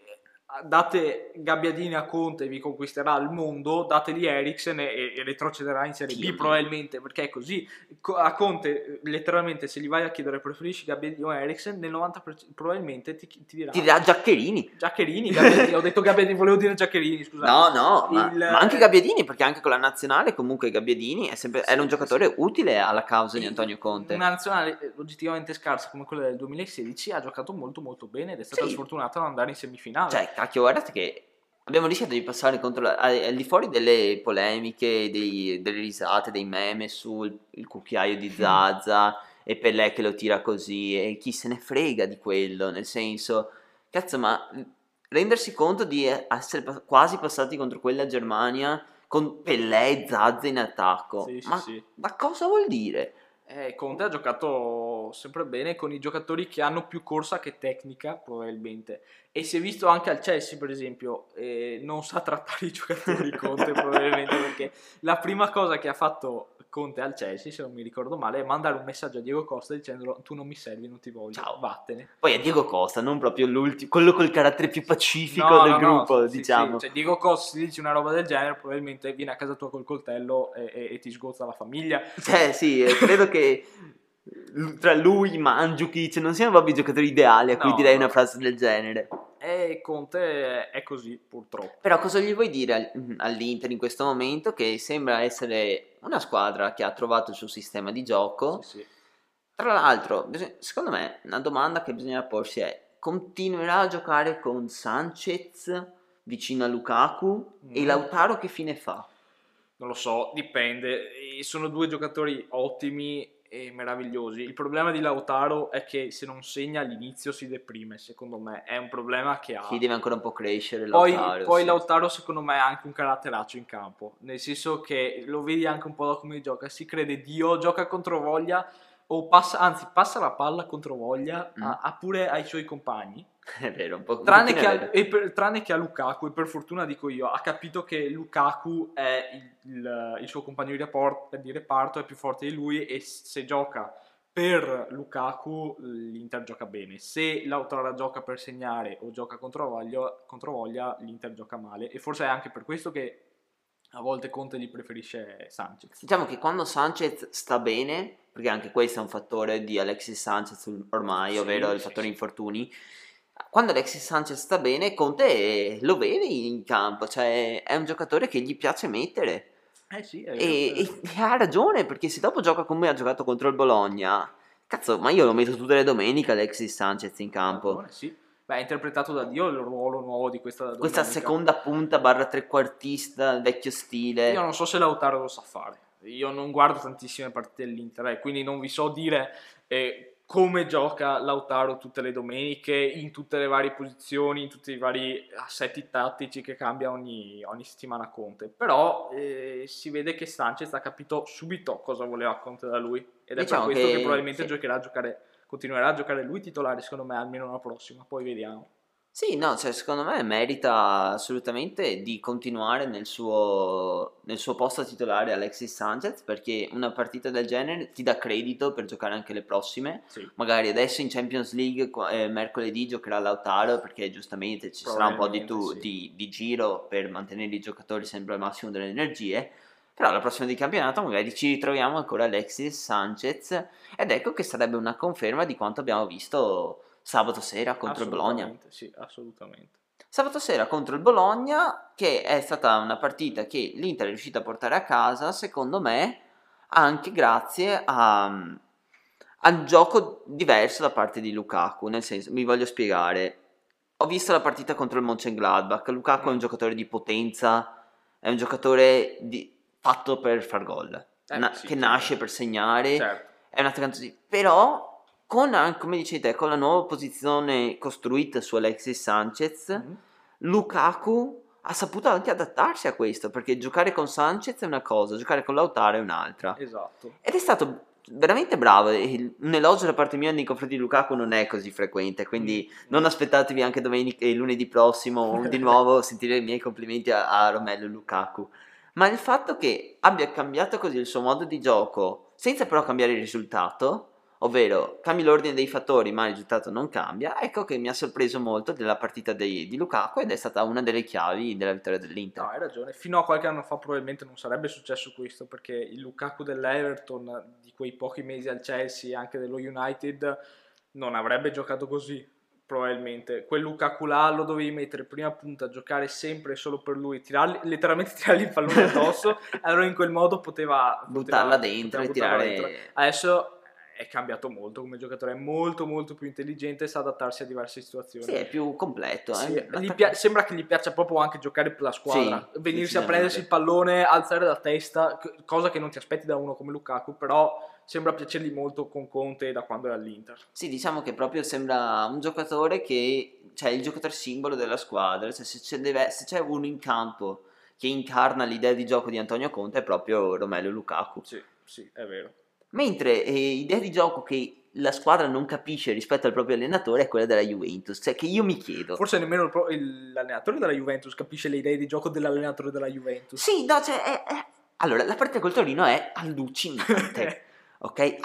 date Gabbiadini a Conte e vi conquisterà il mondo, dateli Eriksen e, e retrocederà in Serie Dio B mio. probabilmente, perché è così. Co- A Conte eh, letteralmente se gli vai a chiedere preferisci Gabbiadini o Eriksen, nel novanta per cento probabilmente ti, ti dirà Ti dà Giaccherini. Giaccherini, Gabbiadini, ho detto Gabbiadini, volevo dire Giaccherini, scusate. No, no, ma, Il- ma anche Gabbiadini, perché anche con la nazionale comunque Gabbiadini è sempre, era un giocatore utile alla causa di Antonio Conte. Una nazionale eh, oggettivamente scarsa come quella del duemilasedici ha giocato molto molto bene ed è stata Sì. sfortunata ad andare in semifinale. Cioè, cacchio, guardate che abbiamo rischiato di passare contro la, al, al di fuori delle polemiche, dei- delle risate, dei meme sul il cucchiaio di Zaza e Pelé che lo tira così e chi se ne frega di quello, nel senso, cazzo, ma rendersi conto di essere pa- quasi passati contro quella Germania con Pelé e Zaza in attacco, Sì, sì, ma, sì. ma cosa vuol dire? Eh, Conte ha giocato sempre bene con i giocatori che hanno più corsa che tecnica, probabilmente. E si è visto anche al Chelsea, per esempio, eh, non sa trattare i giocatori Conte, probabilmente, perché la prima cosa che ha fatto Conte al Chelsea, se non mi ricordo male, è mandare un messaggio a Diego Costa dicendo tu non mi servi, non ti voglio, Ciao. vattene. Poi a Diego Costa, non proprio l'ultimo, quello col carattere più pacifico No, del no, no, gruppo, sì, diciamo. sì. Cioè, Diego Costa, se dici una roba del genere, probabilmente viene a casa tua col coltello e, e- e ti sgozza la famiglia. Cioè, sì, eh, credo che l- tra lui, Mandzukic, non siano proprio i giocatori ideali a cui No, direi no. una frase del genere. E Conte è così, purtroppo. Però cosa gli vuoi dire al- all'Inter in questo momento? Che sembra essere una squadra che ha trovato il suo sistema di gioco. Sì, sì. Tra l'altro, bisog- secondo me, una domanda che bisogna porsi è: continuerà a giocare con Sanchez vicino a Lukaku? E Mm. Lautaro che fine fa? Non lo so, dipende. E sono due giocatori ottimi e meravigliosi. Il problema di Lautaro è che se non segna all'inizio si deprime, secondo me. È un problema che ha. Chi deve ancora un po' crescere Poi, Lautaro. poi sì. Lautaro secondo me ha anche un caratteraccio in campo, nel senso che lo vedi anche un po' da come gioca, si crede Dio, gioca contro voglia o passa, anzi passa la palla contro voglia Mm. a, a pure ai suoi compagni. È vero, un po', un Tranne pochino che, è a, vero. e per, tranne che a Lukaku, e per fortuna dico io, ha capito che Lukaku è il, il- il suo compagno di, report- di reparto, è più forte di lui e se gioca per Lukaku l'Inter gioca bene. Se Lautaro gioca per segnare o gioca contro voglia, contro voglia l'Inter gioca male e forse è anche per questo che a volte Conte gli preferisce Sanchez. Diciamo che quando Sanchez sta bene, perché anche questo è un fattore di Alexis Sanchez ormai, Sì, ovvero il sì, fattore sì. infortuni. Quando Alexis Sanchez sta bene, Conte lo vede in campo, cioè è un giocatore che gli piace mettere. Eh sì, è vero, E, è vero. e ha ragione, perché se dopo gioca come ha giocato contro il Bologna, cazzo, ma io lo metto tutte le domeniche Alexis Sanchez in Ha campo. ragione, sì. Beh, è interpretato da Dio il ruolo nuovo di questa Questa domenica. seconda punta barra trequartista, vecchio Io stile. non so se Lautaro lo sa fare. Io non guardo tantissime partite dell'Inter, eh, quindi non vi so dire eh, come gioca Lautaro tutte le domeniche, in tutte le varie posizioni, in tutti i vari assetti tattici che cambia ogni, ogni settimana Conte. Però eh, si vede che Sanchez ha capito subito cosa voleva Conte da lui. Ed è per Diciamo questo che che probabilmente sì. giocherà a giocare, continuerà a giocare lui titolare, secondo me, almeno la prossima. Poi vediamo. Sì, no, cioè secondo me merita assolutamente di continuare nel suo, nel suo posto titolare Alexis Sanchez, perché una partita del genere ti dà credito per giocare anche le prossime. Sì, Magari adesso in Champions League qua- eh, mercoledì giocherà Lautaro, perché giustamente ci sarà un po' di, probabilmente tu- sì. di, di giro per mantenere i giocatori sempre al massimo delle energie. Però la prossima di campionato magari ci ritroviamo ancora Alexis Sanchez, ed ecco che sarebbe una conferma di quanto abbiamo visto sabato sera contro il Bologna. Assolutamente, sì, assolutamente. Sabato sera contro il Bologna, che è stata una partita che l'Inter è riuscita a portare a casa, secondo me, anche grazie a, a un gioco diverso da parte di Lukaku. Nel senso, mi voglio spiegare. Ho visto la partita contro il Mönchengladbach. Lukaku è un Mm. giocatore di potenza, è un giocatore di- fatto per far gol, Eh na- beh, sì, che nasce chiaro. per segnare, Certo. è un attaccante così. Però, con, an- come dicevi te, con la nuova posizione costruita su Alexis Sanchez, Mm. Lukaku ha saputo anche adattarsi a questo, perché giocare con Sanchez è una cosa, giocare con Lautaro è un'altra. Esatto. Ed è stato veramente bravo. e il- Un elogio da parte mia nei confronti di Lukaku non è così frequente, quindi Mm. non aspettatevi anche domenica e lunedì prossimo di nuovo sentire i miei complimenti a, a Romelu Lukaku. Ma il fatto che abbia cambiato così il suo modo di gioco, senza però cambiare il risultato, ovvero cambi l'ordine dei fattori ma il risultato non cambia, ecco che mi ha sorpreso molto della partita dei- di Lukaku, ed è stata una delle chiavi della vittoria dell'Inter. No, hai ragione. Fino a qualche anno fa probabilmente non sarebbe successo questo, perché il Lukaku dell'Everton, di quei pochi mesi al Chelsea e anche dello United, non avrebbe giocato così, probabilmente. Quel Lukaku là lo dovevi mettere prima punta, giocare sempre solo per lui, tirargli, letteralmente tirargli il pallone addosso, allora in quel modo poteva, Buttarla poteva, dentro poteva e buttarla dentro. tirare. Adesso è cambiato molto come giocatore, è molto molto più intelligente e sa adattarsi a diverse Sì, situazioni. è più completo. È Sì, un gli attac- pia- sembra che gli piaccia proprio anche giocare per la squadra, Sì, venirsi a prendersi il decisamente. pallone, alzare la testa, c- cosa che non ti aspetti da uno come Lukaku, però sembra piacergli molto con Conte da quando è all'Inter. Sì, diciamo che proprio sembra un giocatore che, cioè il giocatore simbolo della squadra, cioè se c'è, deve- se c'è uno in campo che incarna l'idea di gioco di Antonio Conte è proprio Romelu Lukaku. Sì, sì, è vero. Mentre eh, idea di gioco che la squadra non capisce rispetto al proprio allenatore è quella della Juventus, cioè che io mi chiedo. Forse nemmeno il pro- il- l'allenatore della Juventus capisce le idee di gioco dell'allenatore della Juventus. Sì, no, cioè, è- è- allora, la partita col Torino è allucinante, ok?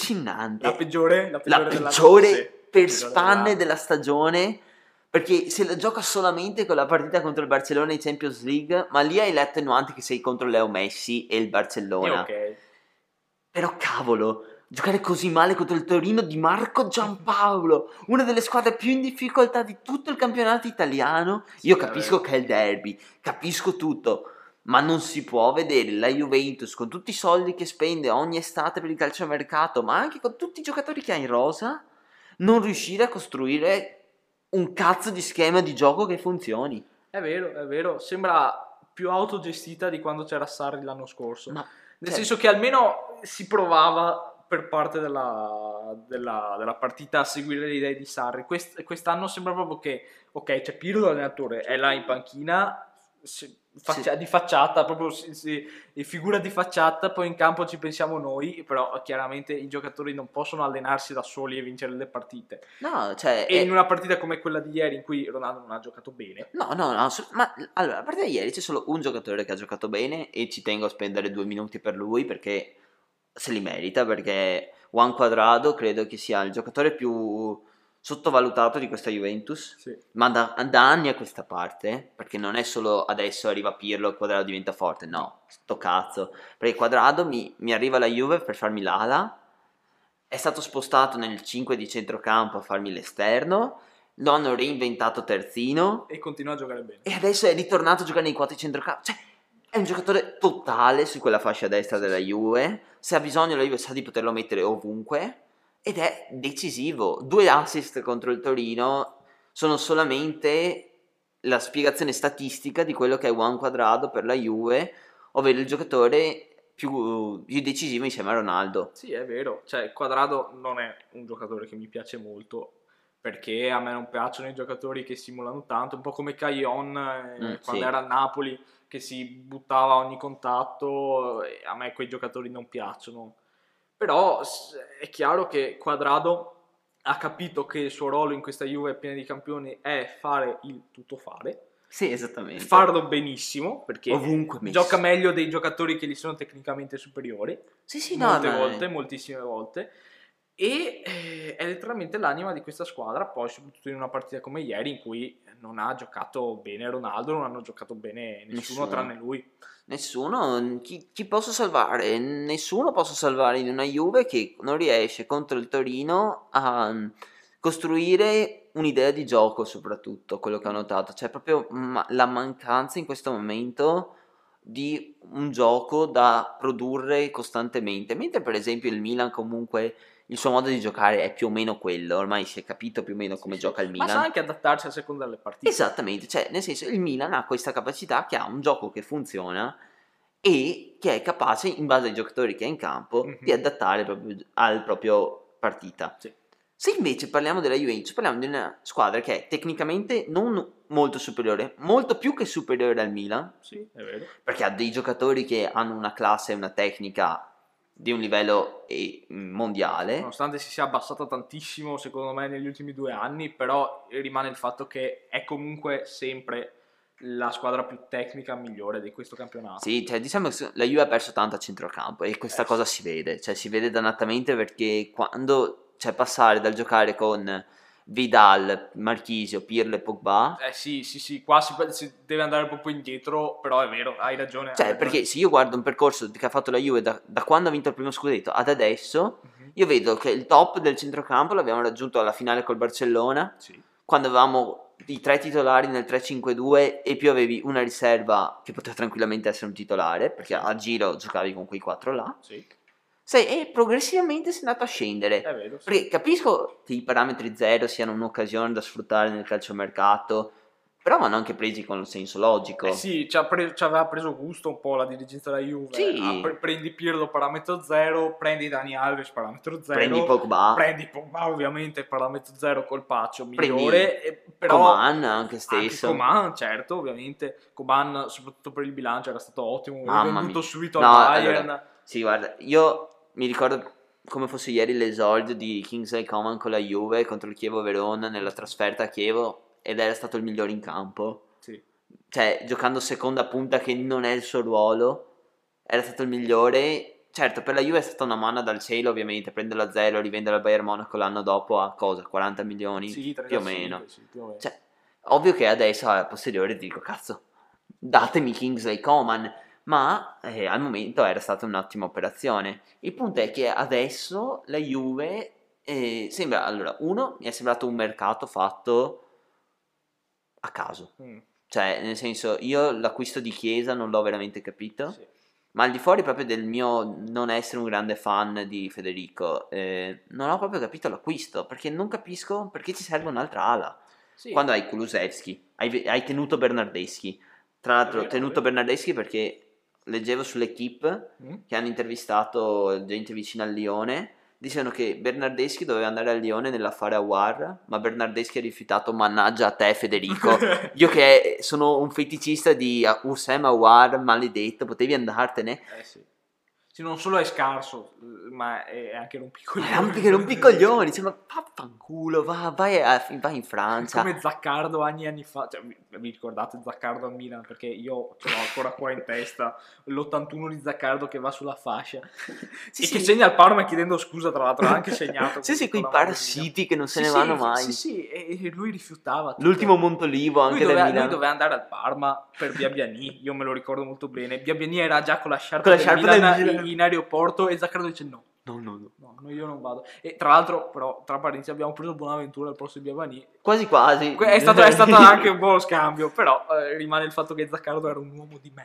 La Allucinante. peggiore, la La peggiore dell'anno? Sì, peggiore per peggiore spanne dell'anno. della stagione, perché se la gioca solamente con la partita contro il Barcellona in Champions League, ma lì hai le attenuanti che sei contro Leo Messi e il E Barcellona. ok. Però cavolo, giocare così male contro il Torino di Marco Giampaolo, una delle squadre più in difficoltà di tutto il campionato italiano. Sì, Io è capisco vero. che è il derby, capisco tutto, ma non si può vedere la Juventus con tutti i soldi che spende ogni estate per il calciomercato, ma anche con tutti i giocatori che ha in rosa, non riuscire a costruire un cazzo di schema di gioco che funzioni. È vero, è vero, sembra più autogestita di quando c'era Sarri l'anno scorso. Ma, Nel cioè, senso che almeno si provava per parte della, della- della partita a seguire le idee di Sarri. Quest- quest'anno sembra proprio che, ok, c'è Pirlo l'allenatore, è là in panchina, si- faccia- sì. di facciata, proprio si, si- di figura di facciata, poi in campo ci pensiamo noi, però chiaramente i giocatori non possono allenarsi da soli e vincere le partite. No, cioè, E in è, una partita come quella di ieri in cui Ronaldo non ha giocato bene, no, no, no, assolut- ma allora, a parte di ieri c'è solo un giocatore che ha giocato bene e ci tengo a spendere due minuti per lui perché se li merita, perché Juan Quadrado credo che sia il giocatore più sottovalutato di questa Juventus, sì. ma da, da anni a questa parte, perché non è solo adesso arriva Pirlo e Quadrado diventa forte, no, sto cazzo, perché Quadrado mi, mi arriva alla Juve per farmi l'ala, è stato spostato nel cinque di centrocampo a farmi l'esterno, lo hanno reinventato terzino E continua a giocare bene. e adesso è ritornato a giocare nei quattro di centrocampo. Cioè, è un giocatore totale su quella fascia destra della Juve. Se ha bisogno la Juve sa di poterlo mettere ovunque ed è decisivo. Due assist contro il Torino sono solamente la spiegazione statistica di quello che è Juan Cuadrado per la Juve, ovvero il giocatore più, più decisivo insieme a Ronaldo. Sì, è vero, cioè Quadrado non è un giocatore che mi piace molto, perché a me non piacciono i giocatori che simulano tanto, un po' come Caillon eh, Mm, quando sì. era al Napoli, che si buttava a ogni contatto, e a me quei giocatori non piacciono. Però s- è chiaro che Quadrado ha capito che il suo ruolo in questa Juve piena di campioni è fare il tuttofare, Sì, esattamente. farlo benissimo, perché Ovunque messo. gioca meglio dei giocatori che gli sono tecnicamente superiori, Sì, sì, no, molte no, volte, eh. moltissime volte, e eh, è letteralmente l'anima di questa squadra, poi soprattutto in una partita come ieri in cui non ha giocato bene Ronaldo, non hanno giocato bene nessuno, Nessuno. tranne lui. Nessuno, chi, chi posso salvare? Nessuno posso salvare in una Juve che non riesce contro il Torino a mm, costruire un'idea di gioco, soprattutto quello che ho notato, cioè proprio ma- la mancanza in questo momento di un gioco da produrre costantemente, mentre per esempio il Milan comunque il suo modo di giocare è più o meno quello, ormai si è capito più o meno come Sì, gioca il sì. Ma sa Milan. anche adattarsi a seconda delle partite. Esattamente, cioè nel senso il Milan ha questa capacità che ha un gioco che funziona e che è capace in base ai giocatori che ha in campo Mhm. di adattare proprio al proprio partita. Sì. Se invece parliamo della Juventus, parliamo di una squadra che è tecnicamente non molto superiore, molto più che superiore al Milan, Sì, è vero. perché ha dei giocatori che hanno una classe e una tecnica di un livello eh, mondiale. Nonostante si sia abbassata tantissimo secondo me negli ultimi due anni, però rimane il fatto che è comunque sempre la squadra più tecnica migliore di questo campionato. Sì, cioè diciamo che la Juve ha perso tanto a centrocampo e questa Eh, cosa sì. si vede, cioè si vede dannatamente perché quando c'è passare dal giocare con Vidal, Marchisio, Pirlo e Pogba, Eh sì, sì, sì, qua si, si deve andare proprio indietro, però è vero, hai ragione. hai cioè ragione. perché se io guardo un percorso che ha fatto la Juve da, da quando ha vinto il primo scudetto ad adesso, Mhm. io vedo che il top del centrocampo l'abbiamo raggiunto alla finale col Barcellona, Sì. quando avevamo i tre titolari nel tre cinque due e più avevi una riserva che poteva tranquillamente essere un titolare, perché a giro giocavi con quei quattro là. Sì, Sai, e progressivamente si è andato a scendere. è vero. Sì. Perché capisco che i parametri zero siano un'occasione da sfruttare nel calciomercato, però vanno anche presi con il senso logico. Eh sì, ci, ha pre- ci aveva preso gusto un po' la dirigenza della Juve. Sì. Ah, pre- prendi Pirlo parametro zero, prendi Dani Alves parametro zero, Prendi Pogba. prendi Pogba ovviamente parametro zero, colpaccio Prendi migliore, e- però Coman anche anche stesso. Coman, certo, ovviamente Coman soprattutto per il bilancio era stato ottimo, l'ho Mamma venduto mia. subito No, al Bayern. allora, sì, guarda, io mi ricordo come fosse ieri l'esordio di Kingsley Coman con la Juve contro il Chievo Verona nella trasferta a Chievo ed era stato il migliore in campo. Sì. Cioè, giocando seconda punta che non è il suo ruolo, era stato il migliore. Certo, per la Juve è stata una manna dal cielo, ovviamente, prenderla a zero, rivendere al Bayern Monaco l'anno dopo a cosa? quaranta milioni? Sì, più o trentacinque, meno. sì, più o meno. Cioè, ovvio che adesso a posteriore dico, cazzo, datemi Kingsley Coman, ma eh, al momento era stata un'ottima operazione. Il punto è che adesso la Juve eh, sembra, allora, uno, mi è sembrato un mercato fatto a caso. Mm, Cioè, nel senso, io l'acquisto di Chiesa non l'ho veramente capito, sì. ma al di fuori proprio del mio non essere un grande fan di Federico, eh, non ho proprio capito l'acquisto, perché non capisco perché ci serve un'altra ala. Sì. Quando hai Kulusevski, hai, hai tenuto Bernardeschi, tra l'altro È vero, tenuto è vero. Bernardeschi perché leggevo sull'Equipe Mm. che hanno intervistato gente vicina al Lione, dicevano che Bernardeschi doveva andare al Lione nell'affare Aouar, ma Bernardeschi ha rifiutato, mannaggia a te Federico, io che sono un feticista di Houssem Aouar, maledetto, potevi andartene. Eh sì. Sì, non solo è scarso, ma è anche rompicoglioni. Ma rompi che rompicoglioni, cioè, ma vaffanculo, va, vai, a- vai in Francia. Come Zaccardo anni e anni fa, cioè, vi, vi ricordate Zaccardo a Milan? Perché io ce l'ho ancora qua in testa, l'ottantuno di Zaccardo che va sulla fascia Sì, e sì. che segna il Parma chiedendo scusa, tra l'altro ha anche segnato. Sì, sì, con quei la maglia parassiti che non se Milan. ne Sì, vanno sì, mai. Sì, sì, e e lui rifiutava. tutto. L'ultimo Montolivo Lui anche del doveva, Milan. lui doveva andare al Parma per Biabiani, io me lo ricordo molto bene. Biabiani era già con la sciarpa Con la del sciarpa Milan, del Milan. in, in aeroporto e Zaccardo dice no, No, no, no. No, no, io non vado. E tra l'altro, però, tra parentesi, abbiamo preso Bonaventura al posto di Biavani. Quasi quasi. Que- È stato, è stato anche un buono scambio, però eh, rimane il fatto che Zaccardo era un uomo di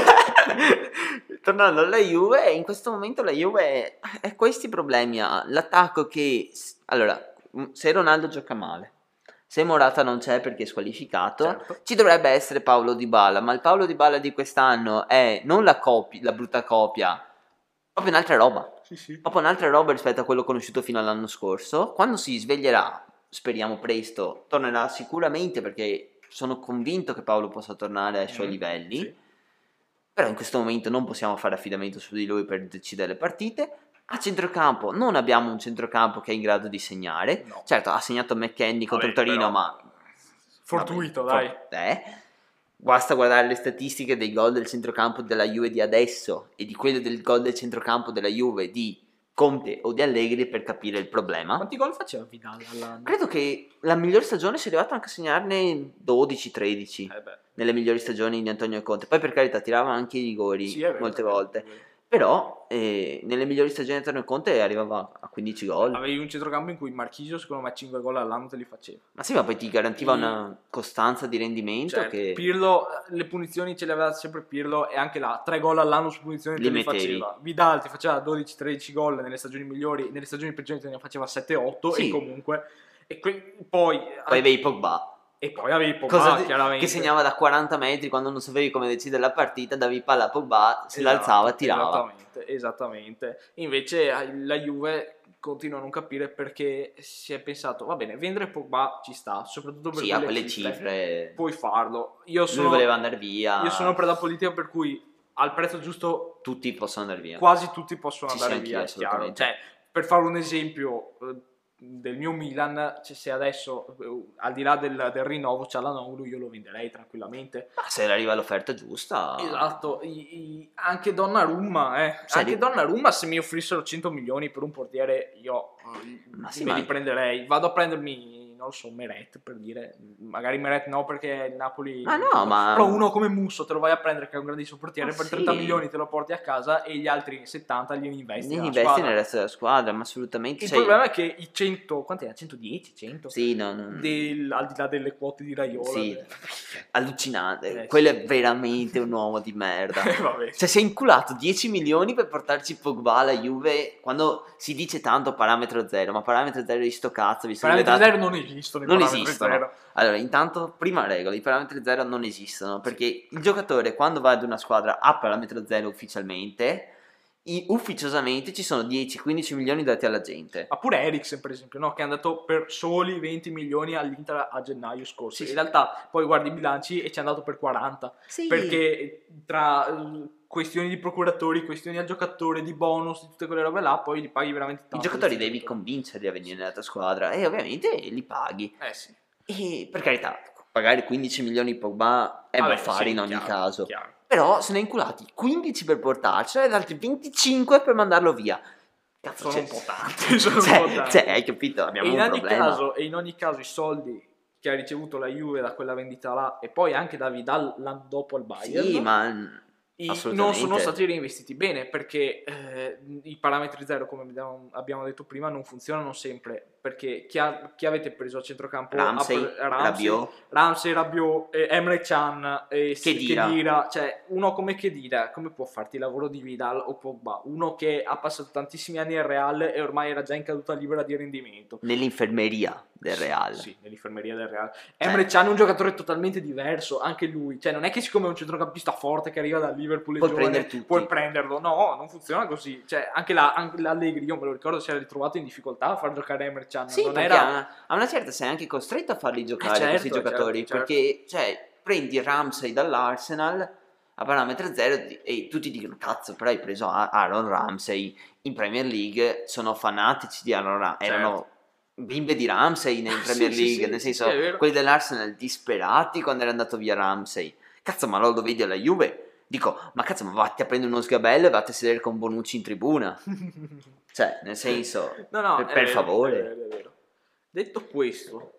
merda. Tornando alla Juve, in questo momento la Juve ha questi problemi. Ha l'attacco che... Allora, se Ronaldo gioca male, se Morata non c'è perché è squalificato, Certo. ci dovrebbe essere Paolo Dybala, ma il Paolo Dybala di quest'anno è non la copia, la brutta copia, proprio un'altra roba. Sì, sì. Proprio un'altra roba rispetto a quello conosciuto fino all'anno scorso. Quando si sveglierà, speriamo presto, tornerà sicuramente, perché sono convinto che Paolo possa tornare ai suoi Mm, livelli. sì. Però in questo momento non possiamo fare affidamento su di lui per decidere le partite. A centrocampo non abbiamo un centrocampo che è in grado di segnare. No. Certo, ha segnato McKennie contro Vabbè, il Torino, però, ma... fortuito, vabbè, dai. for- eh. Basta guardare le statistiche dei gol del centrocampo della Juve di adesso e di quello del gol del centrocampo della Juve di Conte o di Allegri per capire il problema. Quanti gol faceva Vidal all'anno? Credo che la miglior stagione sia arrivato anche a segnarne dodici tredici Eh beh. nelle migliori stagioni di Antonio Conte. Poi per carità tirava anche i rigori Sì, è vero, molte è vero, volte. è vero. Però eh, nelle migliori stagioni di Antonio Conte arrivava a quindici gol. Avevi un centrocampo in cui Marchisio secondo me cinque gol all'anno te li faceva. Ma sì, ma poi ti garantiva E- una costanza di rendimento Certo, che Pirlo, le punizioni ce le aveva sempre Pirlo e anche là, tre gol all'anno su punizioni Li te li mettevi. faceva. Vidal ti faceva dodici tredici gol nelle stagioni migliori, nelle stagioni peggiori te ne faceva sette otto Sì. e comunque... E que- poi, poi avevi Pogba. e poi avevi Pogba, Cosa di- chiaramente. che segnava da quaranta metri quando non sapevi come decidere la partita, davi palla a Pogba, si Esatto, l'alzava e tirava. Esattamente, esattamente. Invece eh, la Juve continua a non capire perché si è pensato, va bene, vendere Pogba ci sta, soprattutto per Sì, a quelle quelle cifre, cifre. puoi farlo. Io Lui sono, voleva andare via. io sono per la politica per cui al prezzo giusto Tutti possono andare via. quasi tutti possono Sì, andare sì, via, anch'io, è chiaro. assolutamente. Cioè, per fare un esempio eh, del mio Milan, cioè, se adesso eh, al di là del, del rinnovo c'è la Noglu, io lo venderei tranquillamente. Ma se arriva l'offerta giusta. Esatto, i- i- anche Donnarumma, eh. Senti- anche Donnarumma se mi offrissero cento milioni per un portiere io eh, Ma sì, me ma- li prenderei. Vado a prendermi, non lo so, Meret per dire, magari Meret no perché il Napoli... Ma no, ma- Però uno come Musso te lo vai a prendere che è un grandissimo portiere, Ma per sì. trenta milioni te lo porti a casa e gli altri settanta glieli investi Ne nella investi squadra. nel resto della squadra, ma assolutamente. Il cioè- problema è che i cento, quanti era? centodieci, cento? Sì, no, no. Del, al di là delle quote di Raiola. Sì, del- allucinante. Eh, Quello sì. è veramente un uomo di merda. Eh, vabbè. Cioè, si è inculato dieci milioni per portarci Pogba alla Juve quando si dice tanto parametro zero, ma parametro zero di sto cazzo, visto che le Parametri date- zero non esistono. i non parametri esistono. zero. Allora, intanto, prima regola, i parametri zero non esistono, perché il giocatore quando va ad una squadra a parametro zero ufficialmente, i- ufficiosamente ci sono dieci quindici milioni dati alla gente. Ma pure Eriksen, per esempio, no? Che è andato per soli venti milioni all'Inter a gennaio scorso. Sì, In sì. realtà poi guardi i bilanci e ci è andato per quaranta. Sì. Perché tra eh, questioni di procuratori, questioni al giocatore, di bonus, di tutte quelle robe là, poi li paghi veramente I tanto. giocatori questi devi giocatori. convincerli a venire nella tua squadra e ovviamente li paghi. Eh sì. E per carità, pagare quindici milioni Pogba è Vabbè, baffare sì, in ogni chiaro, caso. chiaro. Però se ne ha inculati quindici per portarcelo ed altri venticinque per mandarlo via. Cazzo, Sono cioè- un po' tanti, sono cioè, un po' tanti. cioè, hai capito? Abbiamo E in, un ogni problema. caso, e in ogni caso i soldi che ha ricevuto la Juve da quella vendita là e poi anche da Vidal l'anno dopo al Bayern Sì, ma mm, i- non assolutamente. sono stati reinvestiti bene perché eh, i parametri zero, come abbiamo, abbiamo detto prima, non funzionano sempre. Perché chi, ha- chi avete preso a centrocampo? Ramsey, Ha pre- Ramsey, Rabiot. Ramsey, Rabiot, eh, Emre Can, eh, Khedira. Khedira. Cioè, uno come Khedira, come può farti il lavoro di Vidal o Pogba? Uno che ha passato tantissimi anni al Real e ormai era già in caduta libera di rendimento. Nell'infermeria del Real. Sì, nell'infermeria del Real. Emre Can è un giocatore totalmente diverso, anche lui. Cioè, non è che siccome è un centrocampista forte che arriva dal Liverpool e Puoi giovane, prendere tutti. puoi prenderlo. No, non funziona così. Cioè, anche, la, anche l'Allegri, io me lo ricordo, si era ritrovato in difficoltà a far giocare Emre Can. Sì, non perché era... a una, a una certa sei anche costretto a farli giocare certo, questi giocatori, certo, certo. perché cioè, prendi Ramsey dall'Arsenal a parametro zero e tutti dicono cazzo, però hai preso A- Aaron Ramsey in Premier League, sono fanatici di Aaron Ramsey, Certo. erano bimbe di Ramsey in Premier Sì, sì, League, sì, nel sì, senso sì, è vero. quelli dell'Arsenal disperati quando era andato via Ramsey. Cazzo, ma lo vedi alla Juve? Dico, ma cazzo, ma vatti a prendere uno sgabello e vatti a sedere con Bonucci in tribuna. Cioè, nel senso, No, no, per, è per vero, favore. è vero, è vero. Detto questo,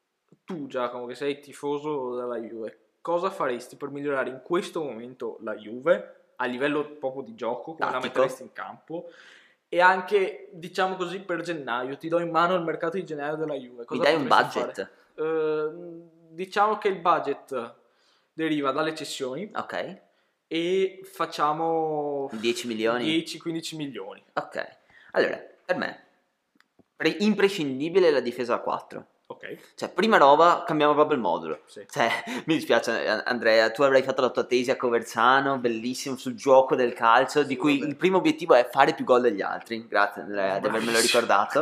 tu Giacomo che sei tifoso della Juve, cosa faresti per migliorare in questo momento la Juve a livello proprio di gioco, come la Tattico. metteresti in campo E anche, diciamo così, per gennaio ti do in mano il mercato di gennaio della Juve. Cosa Mi dai un potresti budget? fare? Eh, diciamo che il budget deriva dalle cessioni Ok. e facciamo dieci milioni? dieci quindici milioni. Ok. Allora, per me, pre- imprescindibile la difesa a quattro. Ok. Cioè, prima roba, cambiamo proprio il modulo. Sì. Cioè, mi dispiace, eh, Andrea, tu avrai fatto la tua tesi a Coversano, bellissimo, sul gioco del calcio, Sì, di cui vabbè. il primo obiettivo è fare più gol degli altri. Grazie, Andrea, di avermelo ricordato.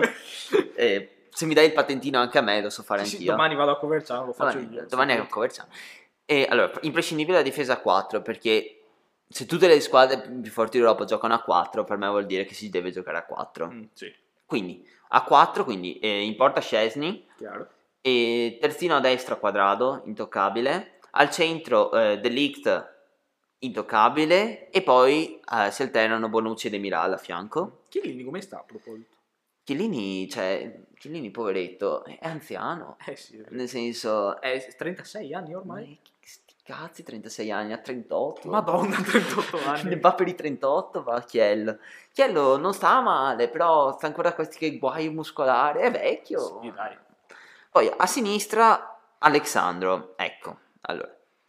Eh, se mi dai il patentino anche a me, lo so fare Sì, sì, anch'io. domani vado a Coverciano, lo faccio Domani, io. domani sì, a Coversano. E allora, imprescindibile la difesa a quattro, perché se tutte le squadre più forti d'Europa giocano a quattro, per me vuol dire che si deve giocare a quattro. Mm, sì, Quindi, a quattro, quindi eh, in porta Szczesny, chiaro. e terzino a destra Quadrado, intoccabile, al centro eh, De Ligt, intoccabile, e poi eh, si alternano Bonucci e Demiral a fianco. Chiellini come sta a proposito? Chiellini, cioè, Chiellini poveretto, è anziano, Eh sì, è vero. nel senso... È trentasei anni ormai? Ma che sti cazzi, trentasei anni, a trentotto? Madonna, trentotto Ne anni. va per i trentotto, va Chiello. Chiello non sta male, però sta ancora questi che guai muscolari, è vecchio. Sì, dai. Poi a sinistra Alexandro, ecco, allora,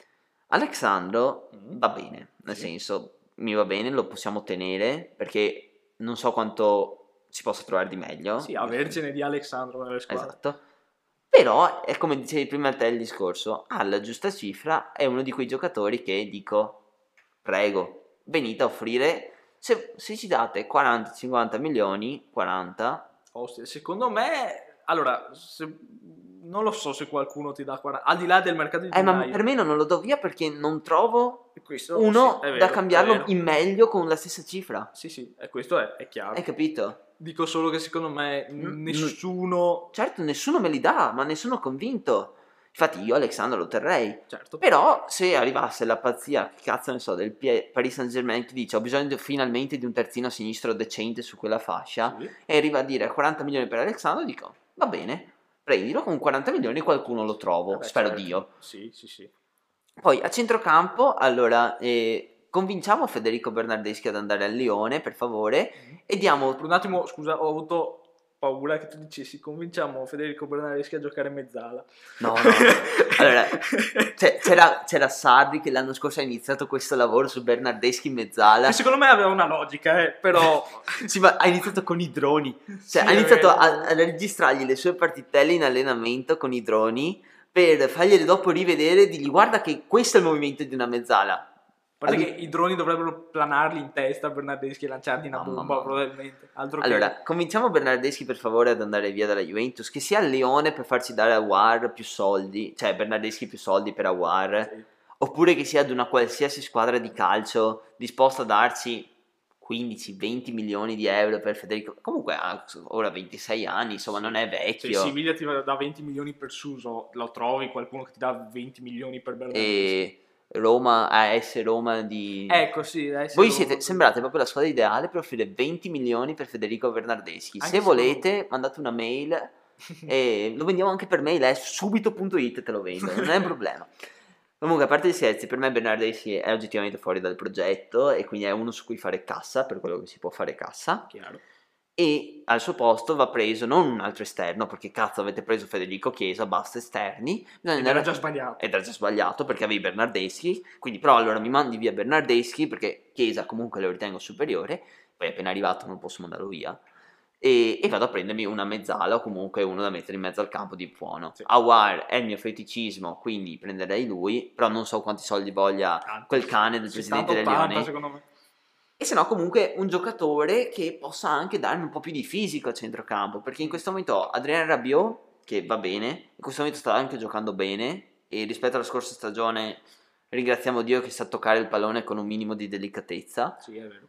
Alexandro Mm. va bene, nel Sì. senso, mi va bene, lo possiamo tenere, perché non so quanto si possa trovare di meglio. Sì, avercene di Alexandro nelle squadre. Esatto. Però, è come dicevi prima te il discorso, alla giusta cifra è uno di quei giocatori che dico, prego, venite a offrire, se, se ci date quaranta cinquanta milioni, quaranta, Ostia, secondo me, allora, se- non lo so se qualcuno ti dà quaranta, al di là del mercato di eh, ma gennaio. per me non lo do via perché non trovo Questo, uno sì, è vero, da è cambiarlo vero. in meglio con la stessa cifra. Sì, sì, e questo è, è chiaro. Hai capito? Dico solo che secondo me N- nessuno... Certo, nessuno me li dà, ma nessuno convinto. Infatti io Alexandro lo terrei. Certo. Però se arrivasse la pazzia, che cazzo ne so, del P- Paris Saint-Germain che dice ho bisogno di- finalmente di un terzino sinistro decente su quella fascia, Sì. e arriva a dire quaranta milioni per Alexandro, dico va bene, prendilo, con quaranta milioni qualcuno lo trovo, Vabbè, spero certo. Dio. Sì, sì, sì. Poi a centrocampo, allora, eh, convinciamo Federico Bernardeschi ad andare al Lione, per favore, Mm. e diamo... Per un attimo, scusa, ho avuto paura che tu dicessi convinciamo Federico Bernardeschi a giocare mezzala. No, no. Allora, c'è- c'era, c'era Sarri che l'anno scorso ha iniziato questo lavoro su Bernardeschi in mezzala. Che secondo me aveva una logica, eh, però... Sì, ma ha iniziato con i droni. Cioè, Sì, ha è iniziato vero. a, a registrargli le sue partitelle in allenamento con i droni per fargliele dopo rivedere e dirgli guarda che questo è il movimento di una mezzala. Guarda Al- che i droni dovrebbero planarli in testa a Bernardeschi e lanciargli una Mamma, bomba, mamma. probabilmente. Altro che... Allora, convinciamo Bernardeschi per favore ad andare via dalla Juventus, che sia al Lione per farci dare a Aouar più soldi, cioè Bernardeschi più soldi per Aouar, Sì. oppure che sia ad una qualsiasi squadra di calcio disposta a darci quindici venti milioni di euro per Federico. Comunque ha ora ventisei anni, insomma Sì. non è Se vecchio. Siviglia ti dà venti milioni per Suso, lo trovi qualcuno che ti dà venti milioni per Bernardeschi? E Roma, A S Roma di... Ecco, sì, dai, se Voi lo- siete, sembrate proprio la squadra ideale per offrire venti milioni per Federico Bernardeschi. Anche Se secondo volete, mandate una mail e lo vendiamo anche per mail, è subito punto it te lo vendo, non è un problema. Comunque, a parte gli scherzi, per me Bernardeschi è oggettivamente fuori dal progetto e quindi è uno su cui fare cassa, per quello che si può fare cassa. Chiaro. E al suo posto va preso non un altro esterno, perché cazzo avete preso Federico Chiesa, basta esterni. Bisogna Ed andare- era già sbagliato. Ed era già sbagliato perché avevi Bernardeschi, quindi però allora mi mandi via Bernardeschi perché Chiesa comunque lo ritengo superiore, poi è appena arrivato non posso mandarlo via. E, e vado a prendermi una mezzala o comunque uno da mettere in mezzo al campo di buono. Sì. Aouar è il mio feticismo, quindi prenderei lui, però non so quanti soldi voglia Tanti. quel cane del presidente del settanta ottanta, Lione. secondo me. E se no comunque un giocatore che possa anche darmi un po' più di fisico a centrocampo, perché in questo momento ho Adrien Rabiot, che va bene, in questo momento sta anche giocando bene, e rispetto alla scorsa stagione ringraziamo Dio che sa toccare il pallone con un minimo di delicatezza, Sì, è vero.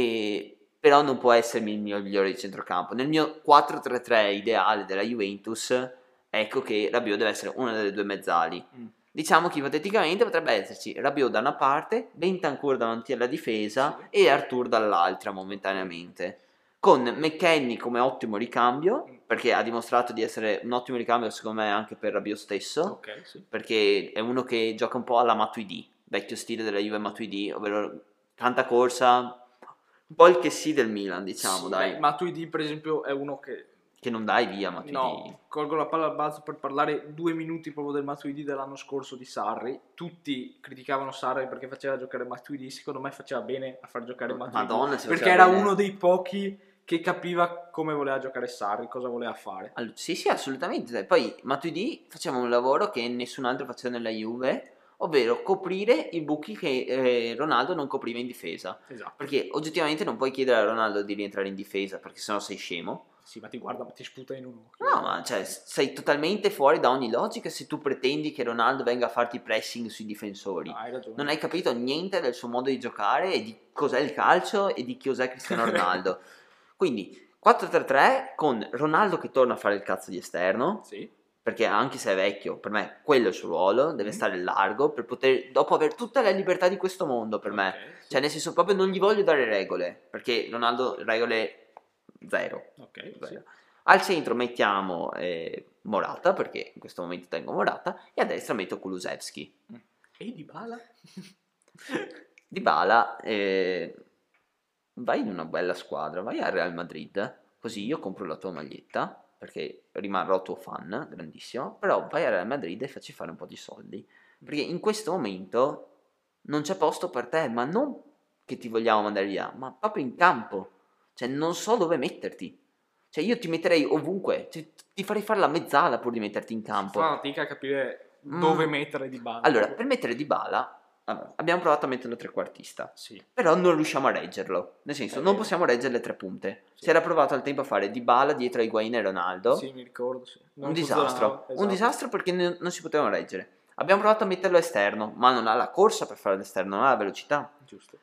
e, però non può essermi il mio migliore di centrocampo. Nel mio quattro tre tre ideale della Juventus, ecco che Rabiot deve essere una delle due mezzali. Mm. Diciamo che ipoteticamente potrebbe esserci Rabiot da una parte, Bentancur davanti alla difesa Sì. e Arthur dall'altra momentaneamente, con McKennie come ottimo ricambio, perché ha dimostrato di essere un ottimo ricambio secondo me anche per Rabiot stesso, Ok, sì. perché è uno che gioca un po' alla Matuidi, vecchio stile della Juve Matuidi, ovvero tanta corsa, un po' il che sì del Milan, diciamo, Sì, dai. beh, Matuidi per esempio è uno che... Che non dai via Matuidi. No, colgo la palla al balzo per parlare due minuti proprio del Matuidi dell'anno scorso di Sarri. Tutti criticavano Sarri perché faceva giocare Matuidi, secondo me faceva bene a far giocare Matuidi. Madonna, si perché faceva era bene. uno dei pochi che capiva come voleva giocare Sarri, cosa voleva fare. All- sì, sì, assolutamente. Dai. Poi Matuidi faceva un lavoro che nessun altro faceva nella Juve, ovvero coprire i buchi che eh, Ronaldo non copriva in difesa. Esatto. Perché oggettivamente non puoi chiedere a Ronaldo di rientrare in difesa, perché sennò sei scemo. Sì, ma ti guarda, ti sputa in un occhio. No, ma cioè, sei totalmente fuori da ogni logica se tu pretendi che Ronaldo venga a farti pressing sui difensori. No, hai ragione. Non hai capito niente del suo modo di giocare e di cos'è il calcio e di chi cos'è Cristiano Ronaldo. Quindi quattro tre tre con Ronaldo che torna a fare il cazzo di esterno, Sì. perché anche se è vecchio, per me quello è il suo ruolo, deve Mhm. stare largo per poter, dopo avere tutta la libertà di questo mondo, per me. Ok, sì. Cioè, nel senso, proprio non gli voglio dare regole, perché Ronaldo regole zero. Ok, Zero. sì. Al centro mettiamo eh, Morata, perché in questo momento tengo Morata, e a destra metto Kulusevski. E Dybala? Dybala, eh, vai in una bella squadra, vai al Real Madrid, così io compro la tua maglietta, perché rimarrò tuo fan, grandissimo, però vai al Real Madrid e facci fare un po' di soldi, perché in questo momento non c'è posto per te, ma non che ti vogliamo mandare via, ma proprio in campo, cioè non so dove metterti. Cioè io ti metterei ovunque, cioè, ti farei fare la mezzala pur di metterti in campo. Fa fatica a capire dove Mm. mettere Dybala. Allora, per mettere Dybala, allora, abbiamo provato a metterlo trequartista, Sì. però non riusciamo a reggerlo, nel senso È non vero. possiamo reggere le tre punte. Sì. Si era provato al tempo a fare Dybala dietro a Higuain e Ronaldo, Sì, mi ricordo, sì. Non un funzionava, disastro, un esatto. disastro perché ne- non si potevano reggere. Abbiamo provato a metterlo esterno, ma non ha la corsa per fare l'esterno, non ha la velocità. Giusto.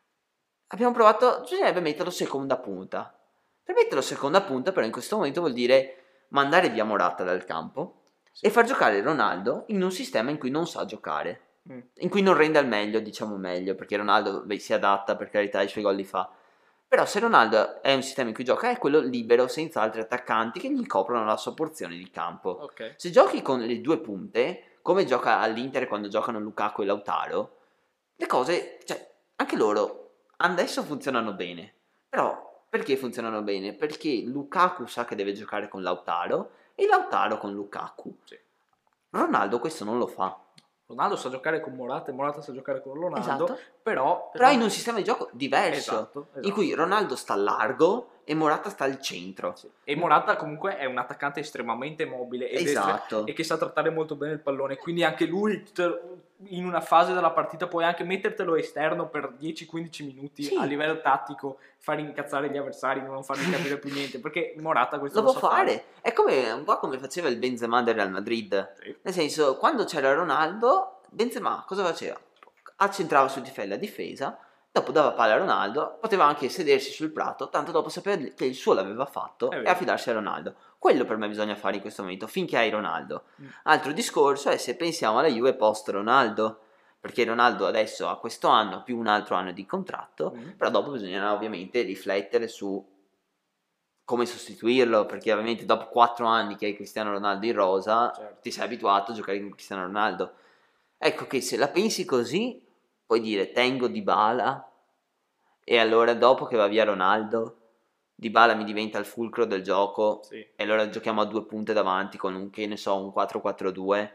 Abbiamo provato, bisognerebbe metterlo seconda punta. Per metterlo seconda punta, però in questo momento vuol dire mandare via Morata dal campo Sì. e far giocare Ronaldo in un sistema in cui non sa giocare, Mm. in cui non rende al meglio, diciamo meglio, perché Ronaldo beh, si adatta, per carità, i suoi gol li fa. Però se Ronaldo è un sistema in cui gioca è quello libero, senza altri attaccanti che gli coprono la sua porzione di campo. Ok. Se giochi con le due punte, come gioca all'Inter quando giocano Lukaku e Lautaro, le cose, cioè, anche loro adesso funzionano bene. Però perché funzionano bene? Perché Lukaku sa che deve giocare con Lautaro e Lautaro con Lukaku. Sì. Ronaldo questo non lo fa. Ronaldo sa giocare con Morata e Morata sa giocare con Ronaldo, Esatto. però... Però in un sistema di gioco diverso, Esatto, esatto. in cui Ronaldo sta largo e Morata sta al centro. Sì. E Morata comunque è un attaccante estremamente mobile ed Esatto. estre- e che sa trattare molto bene il pallone, quindi anche lui te- in una fase della partita puoi anche mettertelo esterno per dieci quindici minuti Sì. a livello tattico, far incazzare gli avversari, non fargli capire più niente, perché Morata questo Lo lo, può sa fare. È come un po' come faceva il Benzema del Real Madrid. Sì. Nel senso, quando c'era Ronaldo, Benzema cosa faceva? Accentrava sul difesa la difesa, dopo dava palla a Ronaldo, poteva anche sedersi sul prato, tanto dopo sapeva che il suo l'aveva fatto È e vero. affidarsi a Ronaldo. Quello per me bisogna fare in questo momento, finché hai Ronaldo. Mm. Altro discorso è se pensiamo alla Juve post Ronaldo, perché Ronaldo adesso ha questo anno più un altro anno di contratto, Mm. però dopo bisognerà ovviamente riflettere su come sostituirlo, perché ovviamente dopo quattro anni che hai Cristiano Ronaldo in rosa, Certo. ti sei abituato a giocare con Cristiano Ronaldo. Ecco che se la pensi così, puoi dire tengo Dybala e allora dopo che va via Ronaldo, Dybala mi diventa il fulcro del gioco Sì. e allora giochiamo a due punte davanti con un, che ne so, un quattro quattro due,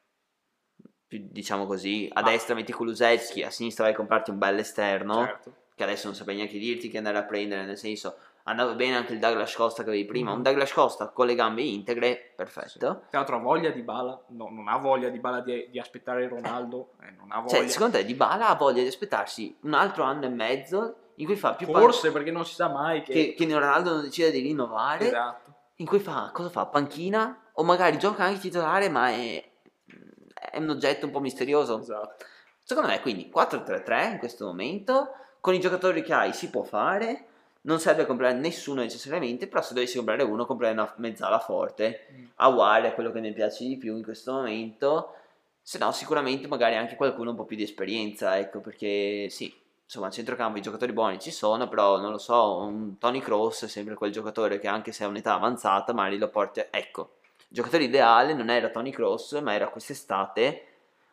più, diciamo così, a Ma- destra metti Kulusevski, a sinistra vai a comprarti un bel esterno, Certo. che adesso non saprei neanche dirti che andare a prendere, nel senso andava bene anche il Douglas Costa che avevi prima, Mhm. un Douglas Costa con le gambe integre, perfetto. Tra l'altro ha voglia di Bala, no, non ha voglia di Bala di, di aspettare Ronaldo, eh, non ha voglia. Cioè, secondo te Dybala ha voglia di aspettarsi un altro anno e mezzo in cui fa più pan- Forse perché non si sa mai che... che, che Ronaldo non decide di rinnovare, Esatto. in cui fa, cosa fa? Panchina? O magari gioca anche titolare ma è, è un oggetto un po' misterioso. Esatto. Secondo me quindi quattro tre tre in questo momento, con i giocatori che hai si può fare, non serve comprare nessuno necessariamente, però se dovessi comprare uno comprare una mezzala forte, Mm. Aouar è quello che mi piace di più in questo momento, se no sicuramente magari anche qualcuno un po' più di esperienza, ecco, perché sì, insomma a centrocampo i giocatori buoni ci sono, però non lo so, un Toni Kroos è sempre quel giocatore che anche se ha un'età avanzata magari lo porta, ecco, il giocatore ideale non era Toni Kroos ma era quest'estate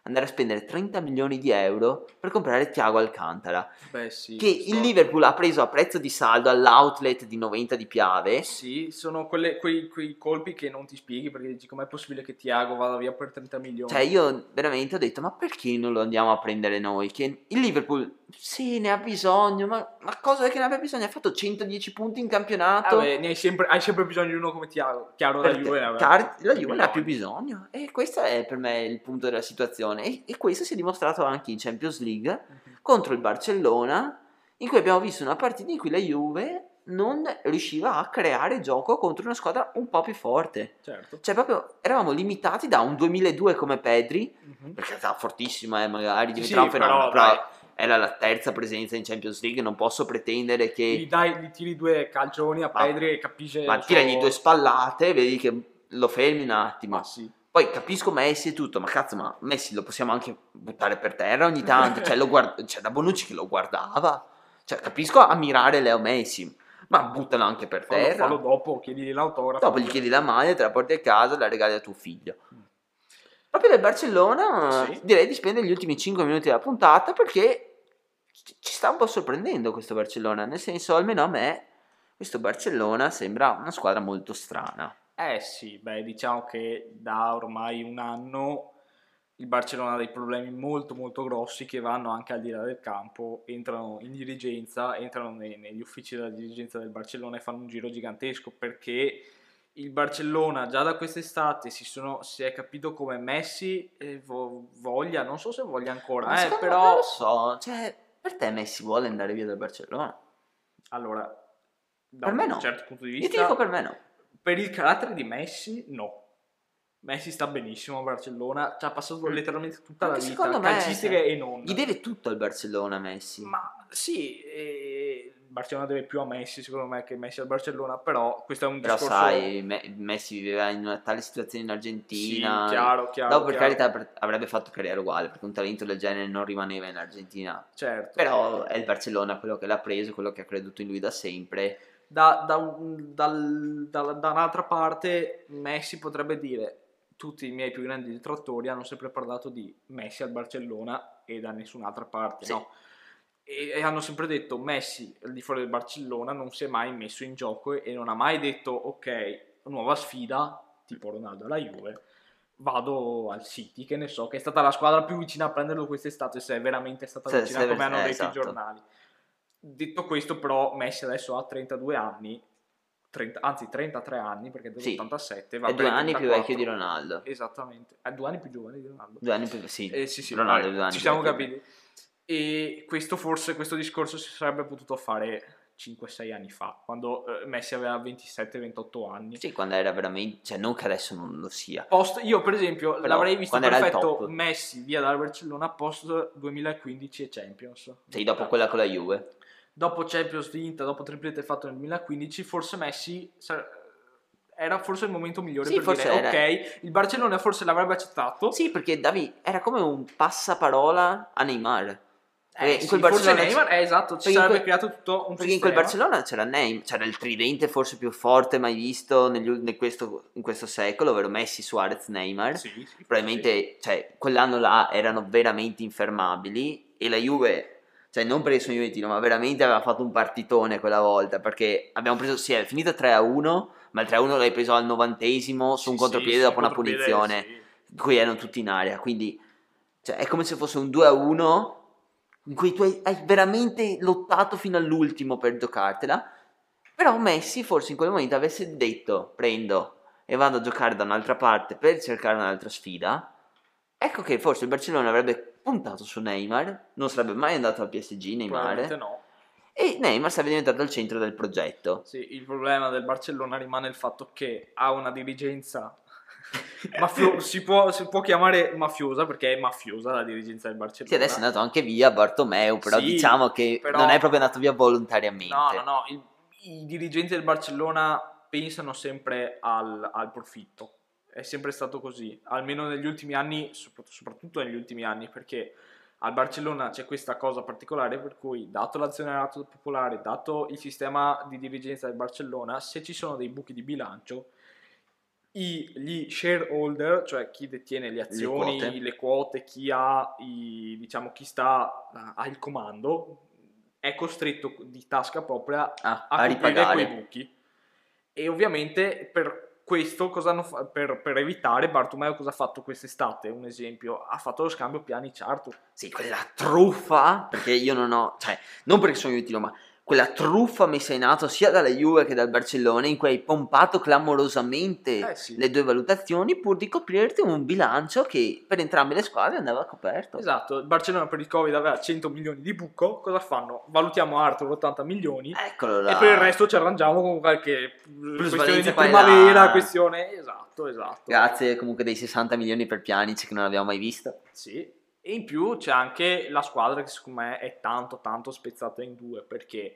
andare a spendere trenta milioni di euro per comprare Thiago Alcantara, Beh, sì, che il sto- Liverpool ha preso a prezzo di saldo all'outlet di Noventa di Piave. Sì, sono quelle- quei, quei colpi che non ti spieghi perché dici com'è possibile che Thiago vada via per trenta milioni. Cioè io veramente ho detto, ma perché non lo andiamo a prendere noi? Che il Liverpool sì, ne ha bisogno, ma, ma cosa è che ne abbia bisogno? Ha fatto centodieci punti in campionato. Vabbè, ne hai sempre, hai sempre bisogno di uno come Thiago. Chiaro, la Per Juve ne te- aveva Car- la più Juve ne ha più bisogno. bisogno e questo è per me il punto della situazione e, e questo si è dimostrato anche in Champions League Mhm. contro il Barcellona, in cui abbiamo visto una partita in cui la Juve non riusciva a creare gioco contro una squadra un po' più forte. Certo. Cioè proprio eravamo limitati da un duemiladue come Pedri, Mhm. perché era fortissimo, eh, magari Sì, diventerà un sì, fenomeno, però, però dai. era la terza presenza in Champions League, non posso pretendere Gli, che... dai, gli tiri due calcioni a Ma, Pedri e capisce ma il suo... tiragli due spallate, vedi che lo fermi un attimo. Ma sì. Poi capisco Messi e tutto, ma cazzo, ma Messi lo possiamo anche buttare per terra ogni tanto, cioè, lo guard- cioè da Bonucci che lo guardava, cioè capisco ammirare Leo Messi, ma buttalo anche per Fallo, terra. fallo dopo, chiedi l'autografo. Dopo gli chiedi la maglia, te la porti a casa e la regali a tuo figlio. Proprio del Barcellona Sì. direi di spendere gli ultimi cinque minuti della puntata perché ci ci sta un po' sorprendendo questo Barcellona, nel senso almeno a me questo Barcellona sembra una squadra molto strana. Eh sì, beh, diciamo che da ormai un anno il Barcellona ha dei problemi molto molto grossi che vanno anche al di là del campo, entrano in dirigenza, entrano nei- negli uffici della dirigenza del Barcellona e fanno un giro gigantesco perché il Barcellona già da quest'estate si, sono- si è capito come Messi eh, vo- voglia, non so se voglia Ma ancora, eh, secondo me non lo però so, cioè per te Messi vuole andare via dal Barcellona? allora da Per me un no. certo punto di Io ti dico vista per me no. per il carattere di Messi no. Messi sta benissimo a Barcellona, ci ha passato Mm. letteralmente tutta la Anche vita, secondo me calcistica cioè, e non. gli deve tutto al Barcellona Messi. Ma sì, eh, il Barcellona deve più a Messi secondo me che Messi al Barcellona, però questo è un Però discorso... sai, Me- Messi viveva in una tale situazione in Sì, Argentina. chiaro, chiaro, Dopo per chiaro. carità per- avrebbe fatto carriera uguale, perché un talento del genere non rimaneva in Argentina. Certo. Però è il Barcellona quello che l'ha preso, quello che ha creduto in lui da sempre. Da, da un- dal- da- da un'altra parte Messi potrebbe dire tutti i miei più grandi detrattori hanno sempre parlato di Messi al Barcellona e da nessun'altra parte, Sì. no? E, e hanno sempre detto Messi al di fuori del Barcellona non si è mai messo in gioco e, e non ha mai detto ok, nuova sfida, tipo Ronaldo alla Juve, vado al City, che ne so, che è stata la squadra più vicina a prenderlo quest'estate, se è veramente stata Se- vicina se- come hanno eh, detto esatto. i giornali. Detto questo, però, Messi adesso ha trentadue anni, trenta anzi trentatré anni, perché è Sì, dell'ottantasette, va è per due i anni più trentaquattro. vecchio di Ronaldo. Esattamente, è due anni più giovane di Ronaldo. Due anni più... Sì, Eh, sì, sì, Ronaldo è vabbè, due anni ci più siamo vecchio di me. capiti. E questo forse, questo discorso si sarebbe potuto fare cinque sei anni fa, quando eh, Messi aveva ventisette ventotto anni. Sì, quando era veramente... Cioè, non che adesso non lo sia. Post, io per esempio Però, l'avrei visto quando era il perfetto top. Messi via dal Barcellona post duemilaquindici e Champions. Sì, dopo quella con la Juve. Dopo Champions vinta, dopo triplete fatto nel duemilaquindici, forse Messi sa- era forse il momento migliore Sì, per forse dire era. ok, il Barcellona forse l'avrebbe accettato. Sì, perché Davi era come un passaparola a Neymar. Perché Eh in sì, quel forse Barcellona Neymar, c- eh, esatto, ci perché in sarebbe quel- creato tutto un perché in quel sistema. Barcellona c'era Neymar, c'era il tridente forse più forte mai visto negli ul- in, questo, in questo secolo, ovvero Messi, Suarez, Neymar. Sì, sì, forse Probabilmente, cioè, quell'anno là erano veramente infermabili e la Juve, cioè non per il suo Juventino, ma veramente aveva fatto un partitone quella volta, perché abbiamo preso, sì, è finita tre a uno, ma il tre a uno l'hai preso al novantesimo su sì. un Sì, contropiede sì, dopo una contropiede, punizione, sì. in cui erano tutti in aria, quindi cioè, è come se fosse un due a uno in cui tu hai, hai veramente lottato fino all'ultimo per giocartela, però Messi forse in quel momento avesse detto prendo e vado a giocare da un'altra parte per cercare un'altra sfida, ecco che forse il Barcellona avrebbe puntato su Neymar, non sarebbe mai andato al P S G Probabilmente Neymar, no. e Neymar sarebbe diventato il centro del progetto. Sì, il problema del Barcellona rimane il fatto che ha una dirigenza mafio- si, può, si può chiamare mafiosa perché è mafiosa la dirigenza del Sì, Barcellona. adesso è andato anche via Bartomeu, però Sì, diciamo che però- non è proprio andato via No, volontariamente. no, no, il- i dirigenti del Barcellona pensano sempre al, al profitto, è sempre stato così, almeno negli ultimi anni, sopra- soprattutto negli ultimi anni, perché al Barcellona c'è questa cosa particolare per cui, dato l'azionariato popolare, dato il sistema di dirigenza del Barcellona, se ci sono dei buchi di bilancio, i, gli shareholder, cioè chi detiene le azioni, quote. le quote, chi ha i, diciamo, chi sta uh, al comando, è costretto di tasca propria Ah, a a coprire ripagare. quei buchi. E ovviamente per questo cosa hanno fa- per, per evitare, Bartomeu cosa ha fatto quest'estate? Un esempio, ha fatto lo scambio Pjanic-Arthur. Sì, quella truffa, perché io non ho, cioè, non perché sono io tiro, ma quella truffa messa in atto sia dalla Juve che dal Barcellona, in cui hai pompato clamorosamente Eh sì. le due valutazioni pur di coprirti un bilancio che per entrambe le squadre andava coperto. Esatto, il Barcellona per il Covid aveva cento milioni di buco, cosa fanno? Valutiamo Arthur ottanta milioni Eccolo e per il là. resto ci arrangiamo con qualche questione Plusvalenza di qua e primavera, là. questione... Esatto, esatto. Grazie comunque dei sessanta milioni per Pjanic che non abbiamo mai visto. Sì, e in più c'è anche la squadra che secondo me è tanto tanto spezzata in due, perché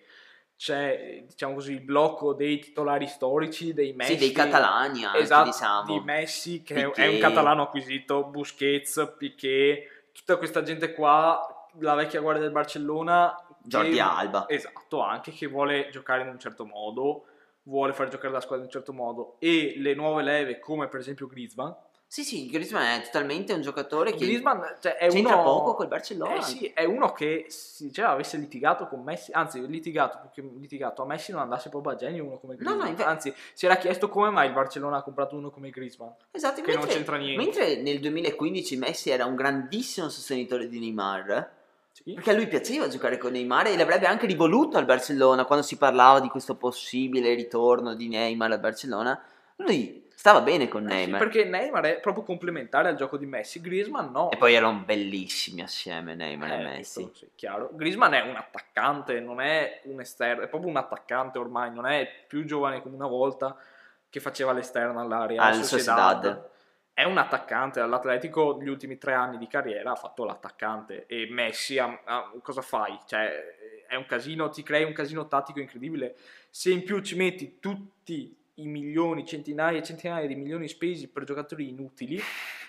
c'è, diciamo così, il blocco dei titolari storici, dei Messi, Sì, dei catalani anche, esatto, diciamo. di Messi che Piqué. è un catalano acquisito, Busquets, Piqué, tutta questa gente qua, la vecchia guardia del Barcellona, Jordi che, Alba. esatto, anche che vuole giocare in un certo modo, vuole far giocare la squadra in un certo modo, e le nuove leve come per esempio Griezmann. Sì, sì, Griezmann è totalmente un giocatore che Griezmann, cioè, è c'entra uno, poco col Barcellona. eh sì, è uno che si diceva avesse litigato con Messi, anzi litigato, più che litigato, a Messi non andasse proprio a genio uno come No, no, Griezmann, inve- anzi si era chiesto come mai il Barcellona ha comprato uno come Griezmann, Esatto, che non mentre, c'entra niente. mentre nel duemilaquindici Messi era un grandissimo sostenitore di Neymar, Sì. perché a lui piaceva giocare con Neymar e l'avrebbe anche rivoluto al Barcellona quando si parlava di questo possibile ritorno di Neymar al Barcellona, lui stava bene con Eh sì, Neymar. perché Neymar è proprio complementare al gioco di Messi, Griezmann no. E poi erano bellissimi assieme Neymar e Eh, Messi. questo sì, chiaro. Griezmann è un attaccante, non è un esterno, è proprio un attaccante ormai, non è più giovane come una volta che faceva l'esterno all'area Al Sociedad. È un attaccante, all'Atletico gli ultimi tre anni di carriera ha fatto l'attaccante e Messi ha- ha- cosa fai? Cioè è un casino, ti crei un casino tattico incredibile. Se in più ci metti tutti i milioni, centinaia e centinaia di milioni spesi per giocatori inutili,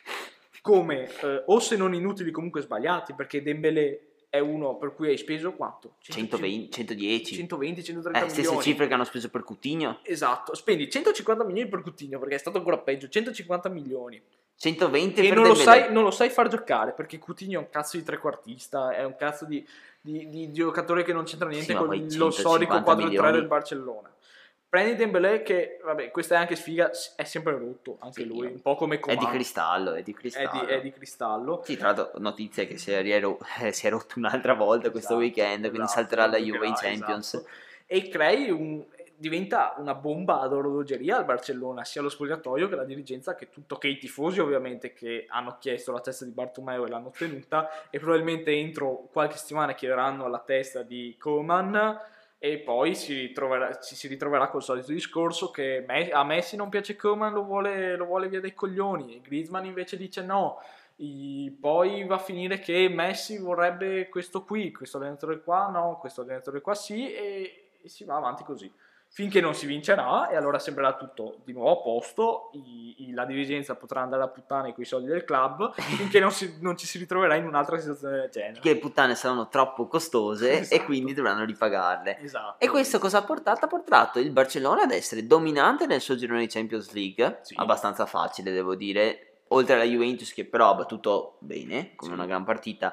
come eh, o se non inutili comunque sbagliati, perché Dembélé è uno per cui hai speso quanto? centoventi, centodieci. centoventi centotrenta Eh, stesse milioni. cifre che hanno speso per Coutinho. Esatto, spendi centocinquanta milioni per Coutinho perché è stato ancora peggio, centocinquanta milioni. centoventi E per non lo, Dembélé. sai, non lo sai far giocare perché Coutinho è un cazzo di trequartista, è un cazzo di, di, di giocatore che non c'entra niente Sì, ma con poi lo storico centocinquanta quattro tre milioni. del Barcellona. Prendi Dembélé che, vabbè, questa è anche sfiga, è sempre rotto, anche Sì, lui, un po' come è Coman. di cristallo, è di È cristallo. di, è di cristallo. Sì, tra l'altro notizia che si è, riero- eh, si è rotto un'altra volta questo Esatto, weekend, quindi esatto, salterà la non Juve in giocherà, Champions. esatto. E crei un, diventa una bomba ad orologeria al Barcellona, sia lo spogliatoio che la dirigenza, che tutto, che i tifosi ovviamente che hanno chiesto la testa di Bartomeu e l'hanno ottenuta, e probabilmente entro qualche settimana chiederanno la testa di Koeman, e poi si ritroverà, ci si ritroverà col solito discorso che Me- a Messi non piace Koeman, lo vuole, lo vuole via dai coglioni, e Griezmann invece dice no. I, poi va a finire che Messi vorrebbe questo qui, questo allenatore qua no, questo allenatore qua sì, e, e si va avanti così finché non si vincerà, e allora sembrerà tutto di nuovo a posto, i, i, la dirigenza potrà andare a puttane con i soldi del club finché non, si, non ci si ritroverà in un'altra situazione del genere. Che le puttane saranno troppo costose Esatto. e quindi dovranno ripagarle. Esatto. E questo cosa ha portato? Ha portato il Barcellona ad essere dominante nel suo girone di Champions League, Sì. abbastanza facile devo dire, oltre alla Juventus che però ha battuto bene, come Sì. una gran partita,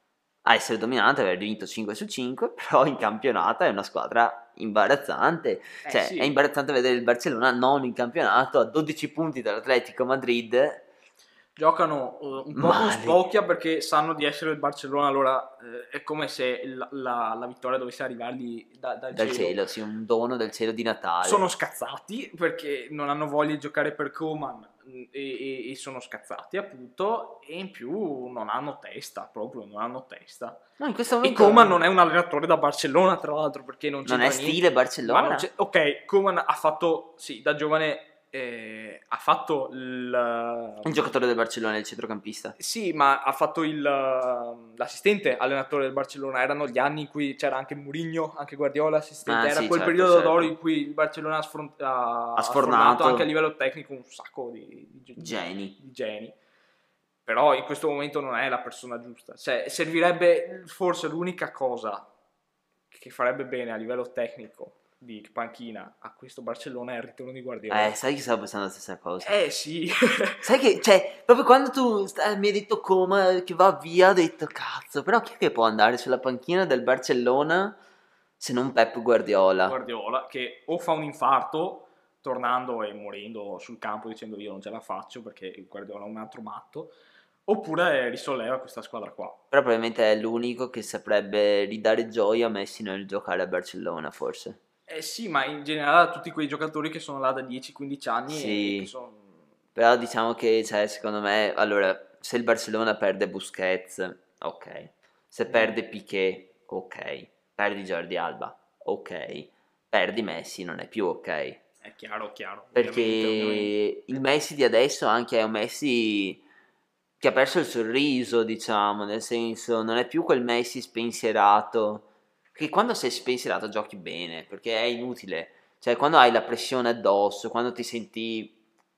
a essere dominante, aver vinto cinque su cinque, però in campionato è una squadra imbarazzante, Eh, cioè sì. è imbarazzante vedere il Barcellona non in campionato a dodici punti dall'Atletico Madrid. Giocano uh, un po' con Male. spocchia perché sanno di essere il Barcellona, allora eh, è come se la, la, la vittoria dovesse arrivargli da, dal, Dal cielo. cielo, sì, un dono del cielo di Natale. Sono scazzati perché non hanno voglia di giocare per Koeman e, e, e sono scazzati appunto, e in più non hanno testa, proprio non hanno testa. No, in questo E momento Koeman non è un allenatore da Barcellona, tra l'altro, perché non c'entra non è niente. stile Ma Barcellona. non c'è- ok, Koeman ha fatto, sì, da giovane eh, ha fatto il... Il giocatore del Barcellona è il centrocampista. Sì, ma ha fatto il, l'assistente allenatore del Barcellona. Erano gli anni in cui c'era anche Mourinho, anche Guardiola assistente. Ah, Era sì, quel certo, periodo certo. d'oro in cui il Barcellona ha, sfront- ha- Ha ha sfornato. sfornato anche a livello tecnico un sacco di, di, Geni. di geni. Però in questo momento non è la persona giusta. Cioè, servirebbe forse l'unica cosa che farebbe bene a livello tecnico di panchina a questo Barcellona è il ritorno di Guardiola. Eh, sai che stavo pensando la stessa cosa. Eh sì. Sai che, cioè, proprio quando tu sta- mi hai detto come che va via, ho detto cazzo, però chi è che può andare sulla panchina del Barcellona se non Pep Guardiola? Guardiola che o fa un infarto tornando e morendo sul campo dicendo io non ce la faccio perché Guardiola è un altro matto, oppure risolleva questa squadra qua. Però probabilmente è l'unico che saprebbe ridare gioia a Messi nel giocare a Barcellona, forse. Eh sì, ma in generale a tutti quei giocatori che sono là da dieci quindici anni e che Sì, sono... però diciamo che, cioè, secondo me, allora, se il Barcellona perde Busquets, ok. Se perde Piqué, ok. Perdi Jordi Alba, ok. Perdi Messi, non è più ok. È chiaro, chiaro, Perché ovviamente, ovviamente. il Messi di adesso anche è un Messi che ha perso il sorriso, diciamo, nel senso, non è più quel Messi spensierato, che quando sei spensierato giochi bene, perché è inutile, cioè quando hai la pressione addosso, quando ti senti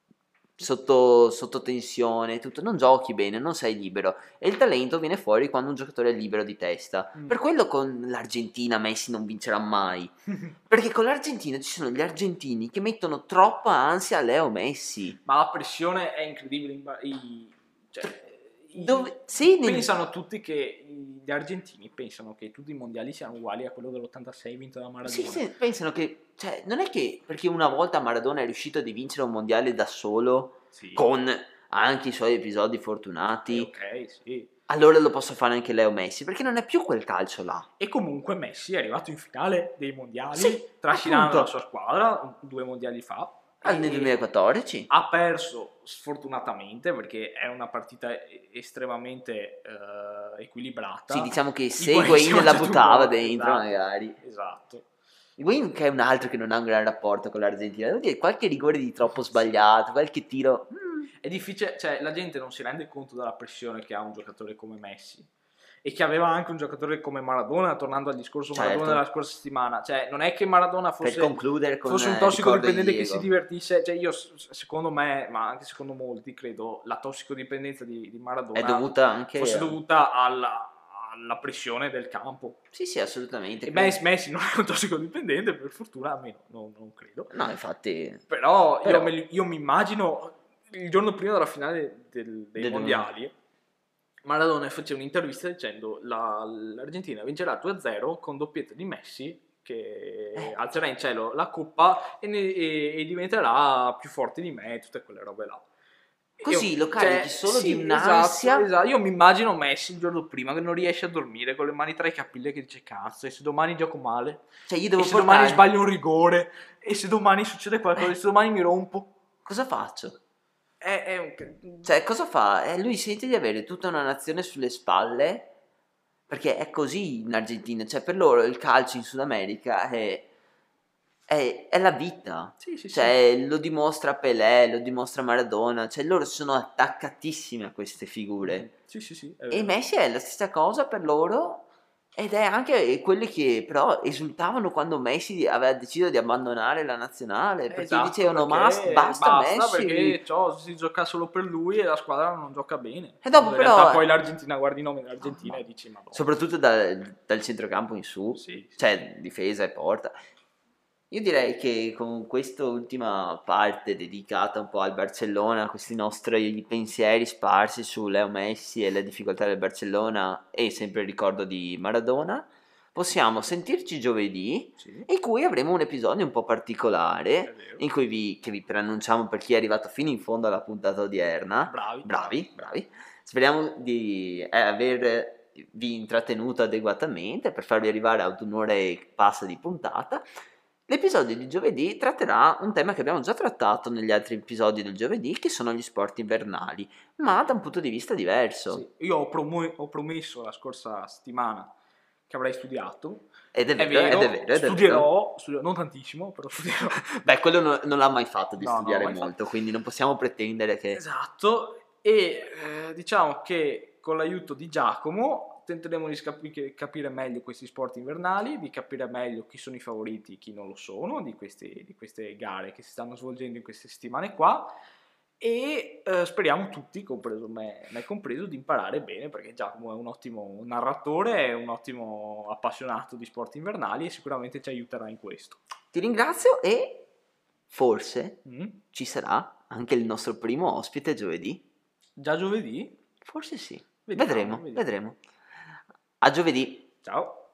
sotto, sotto tensione, tutto, non giochi bene, non sei libero, e il talento viene fuori quando un giocatore è libero di testa. Mm. Per quello con l'Argentina Messi non vincerà mai. Perché con l'Argentina ci sono gli argentini che mettono troppa ansia a Leo Messi. Ma la pressione è incredibile. In ba- i, cioè, i- Dove, sì, nel- pensano tutti che gli argentini pensano che tutti i mondiali siano uguali a quello dell'ottantasei vinto da Maradona. sì, sì, pensano che, cioè, non è che perché una volta Maradona è riuscito a vincere un mondiale da solo, Sì. con anche i suoi episodi Eh, fortunati, ok, sì. allora lo posso fare anche Leo Messi, perché non è più quel calcio là. E comunque Messi è arrivato in finale dei mondiali, Sì, trascinando appunto. la sua squadra due mondiali fa. Ah, nel e duemilaquattordici. ha perso sfortunatamente perché è una partita e- estremamente eh, equilibrata. Sì, diciamo che se Higuain si Higuain la mangia buttava tutto, dentro, esatto, magari. esatto. Higuain che è un altro che non ha un gran rapporto con l'Argentina. Devo dire, qualche rigore di troppo sbagliato, qualche tiro... mm. È difficile, cioè la gente non si rende conto della pressione che ha un giocatore come Messi e che aveva anche un giocatore come Maradona, tornando al discorso Maradona Certo. della scorsa settimana. Cioè non è che Maradona Per fosse, concludere con fosse un eh, il ricordo di tossicodipendente che si Diego. divertisse. Cioè io, s- secondo me, ma anche secondo molti, credo, la tossicodipendenza di, di È Maradona dovuta anche... fosse a- dovuta alla, alla pressione del campo. Sì, sì, assolutamente. E credo- Messi, Messi non è un tossicodipendente, per fortuna, almeno non, non credo. No, infatti... Però, Però- Io, me li- io mi immagino il giorno prima della finale del- dei Del- mondiali, Maradona faceva un'intervista dicendo la, l'Argentina vincerà due a zero con doppietta di Messi che Eh. alzerà in cielo la coppa e, ne- e- e diventerà più forte di me, tutte quelle robe là. Così Io- lo carichi solo di sì, un'ansia. esatto, esatto. Io mi immagino Messi il giorno prima che non riesce a dormire con le mani tra i capelli che dice cazzo, e se domani gioco male, Cioè, io devo e se portare... domani sbaglio un rigore, e se domani succede qualcosa, e se domani mi rompo. Cosa faccio? È, è un... Cioè, cosa fa? Eh, lui sente di avere tutta una nazione sulle spalle, perché è così in Argentina, cioè per loro il calcio in Sud America è, è, è la vita, Sì, sì, cioè lo dimostra Pelé, lo dimostra Maradona, cioè loro sono attaccatissimi a queste figure. Sì, sì, sì, è E vero. Messi è la stessa cosa per loro, ed è anche quelli che però esultavano quando Messi aveva deciso di abbandonare la nazionale, perché Esatto, dicevano perché "Ma basta, basta, Messi". perché ciò, si gioca solo per lui e la squadra non gioca bene. E dopo Quando in però- realtà poi l'Argentina, guardi i nomi dell'Argentina e dici madonna. Soprattutto dal, dal centrocampo in su, Sì, sì. cioè difesa e porta. Io direi che con quest'ultima parte dedicata un po' al Barcellona, questi nostri pensieri sparsi su Leo Messi e le difficoltà del Barcellona e sempre il ricordo di Maradona, possiamo sentirci giovedì, Sì, in cui avremo un episodio un po' è particolare, vero. in cui vi, che vi preannunciamo per chi è arrivato fino in fondo alla puntata odierna. Bravi. Bravi, bravi. Speriamo di eh, avervi intrattenuto adeguatamente per farvi arrivare ad un'ora e passa di puntata. L'episodio di giovedì tratterà un tema che abbiamo già trattato negli altri episodi del giovedì, che sono gli sport invernali, ma da un punto di vista diverso. Sì, io ho, promo- ho promesso la scorsa settimana che avrei studiato. Ed è È vero, vero, ed è vero, ed è vero. studierò, studierò, non tantissimo, però studierò. Beh, quello no- non l'ha mai fatto di No, non l'ho studiare mai molto, fatto. quindi non possiamo pretendere che... Esatto, e eh, diciamo che con l'aiuto di Giacomo tenteremo di scapi- capire meglio questi sport invernali, di capire meglio chi sono i favoriti e chi non lo sono di queste, di queste gare che si stanno svolgendo in queste settimane qua, e eh, speriamo tutti, compreso me, me compreso, di imparare bene, perché Giacomo è un ottimo narratore, è un ottimo appassionato di sport invernali e sicuramente ci aiuterà in questo. Ti ringrazio e forse Mm? ci sarà anche il nostro primo ospite giovedì. Già giovedì? Forse sì. Vediamo, Vedremo, vediamo. vedremo. A giovedì. Ciao.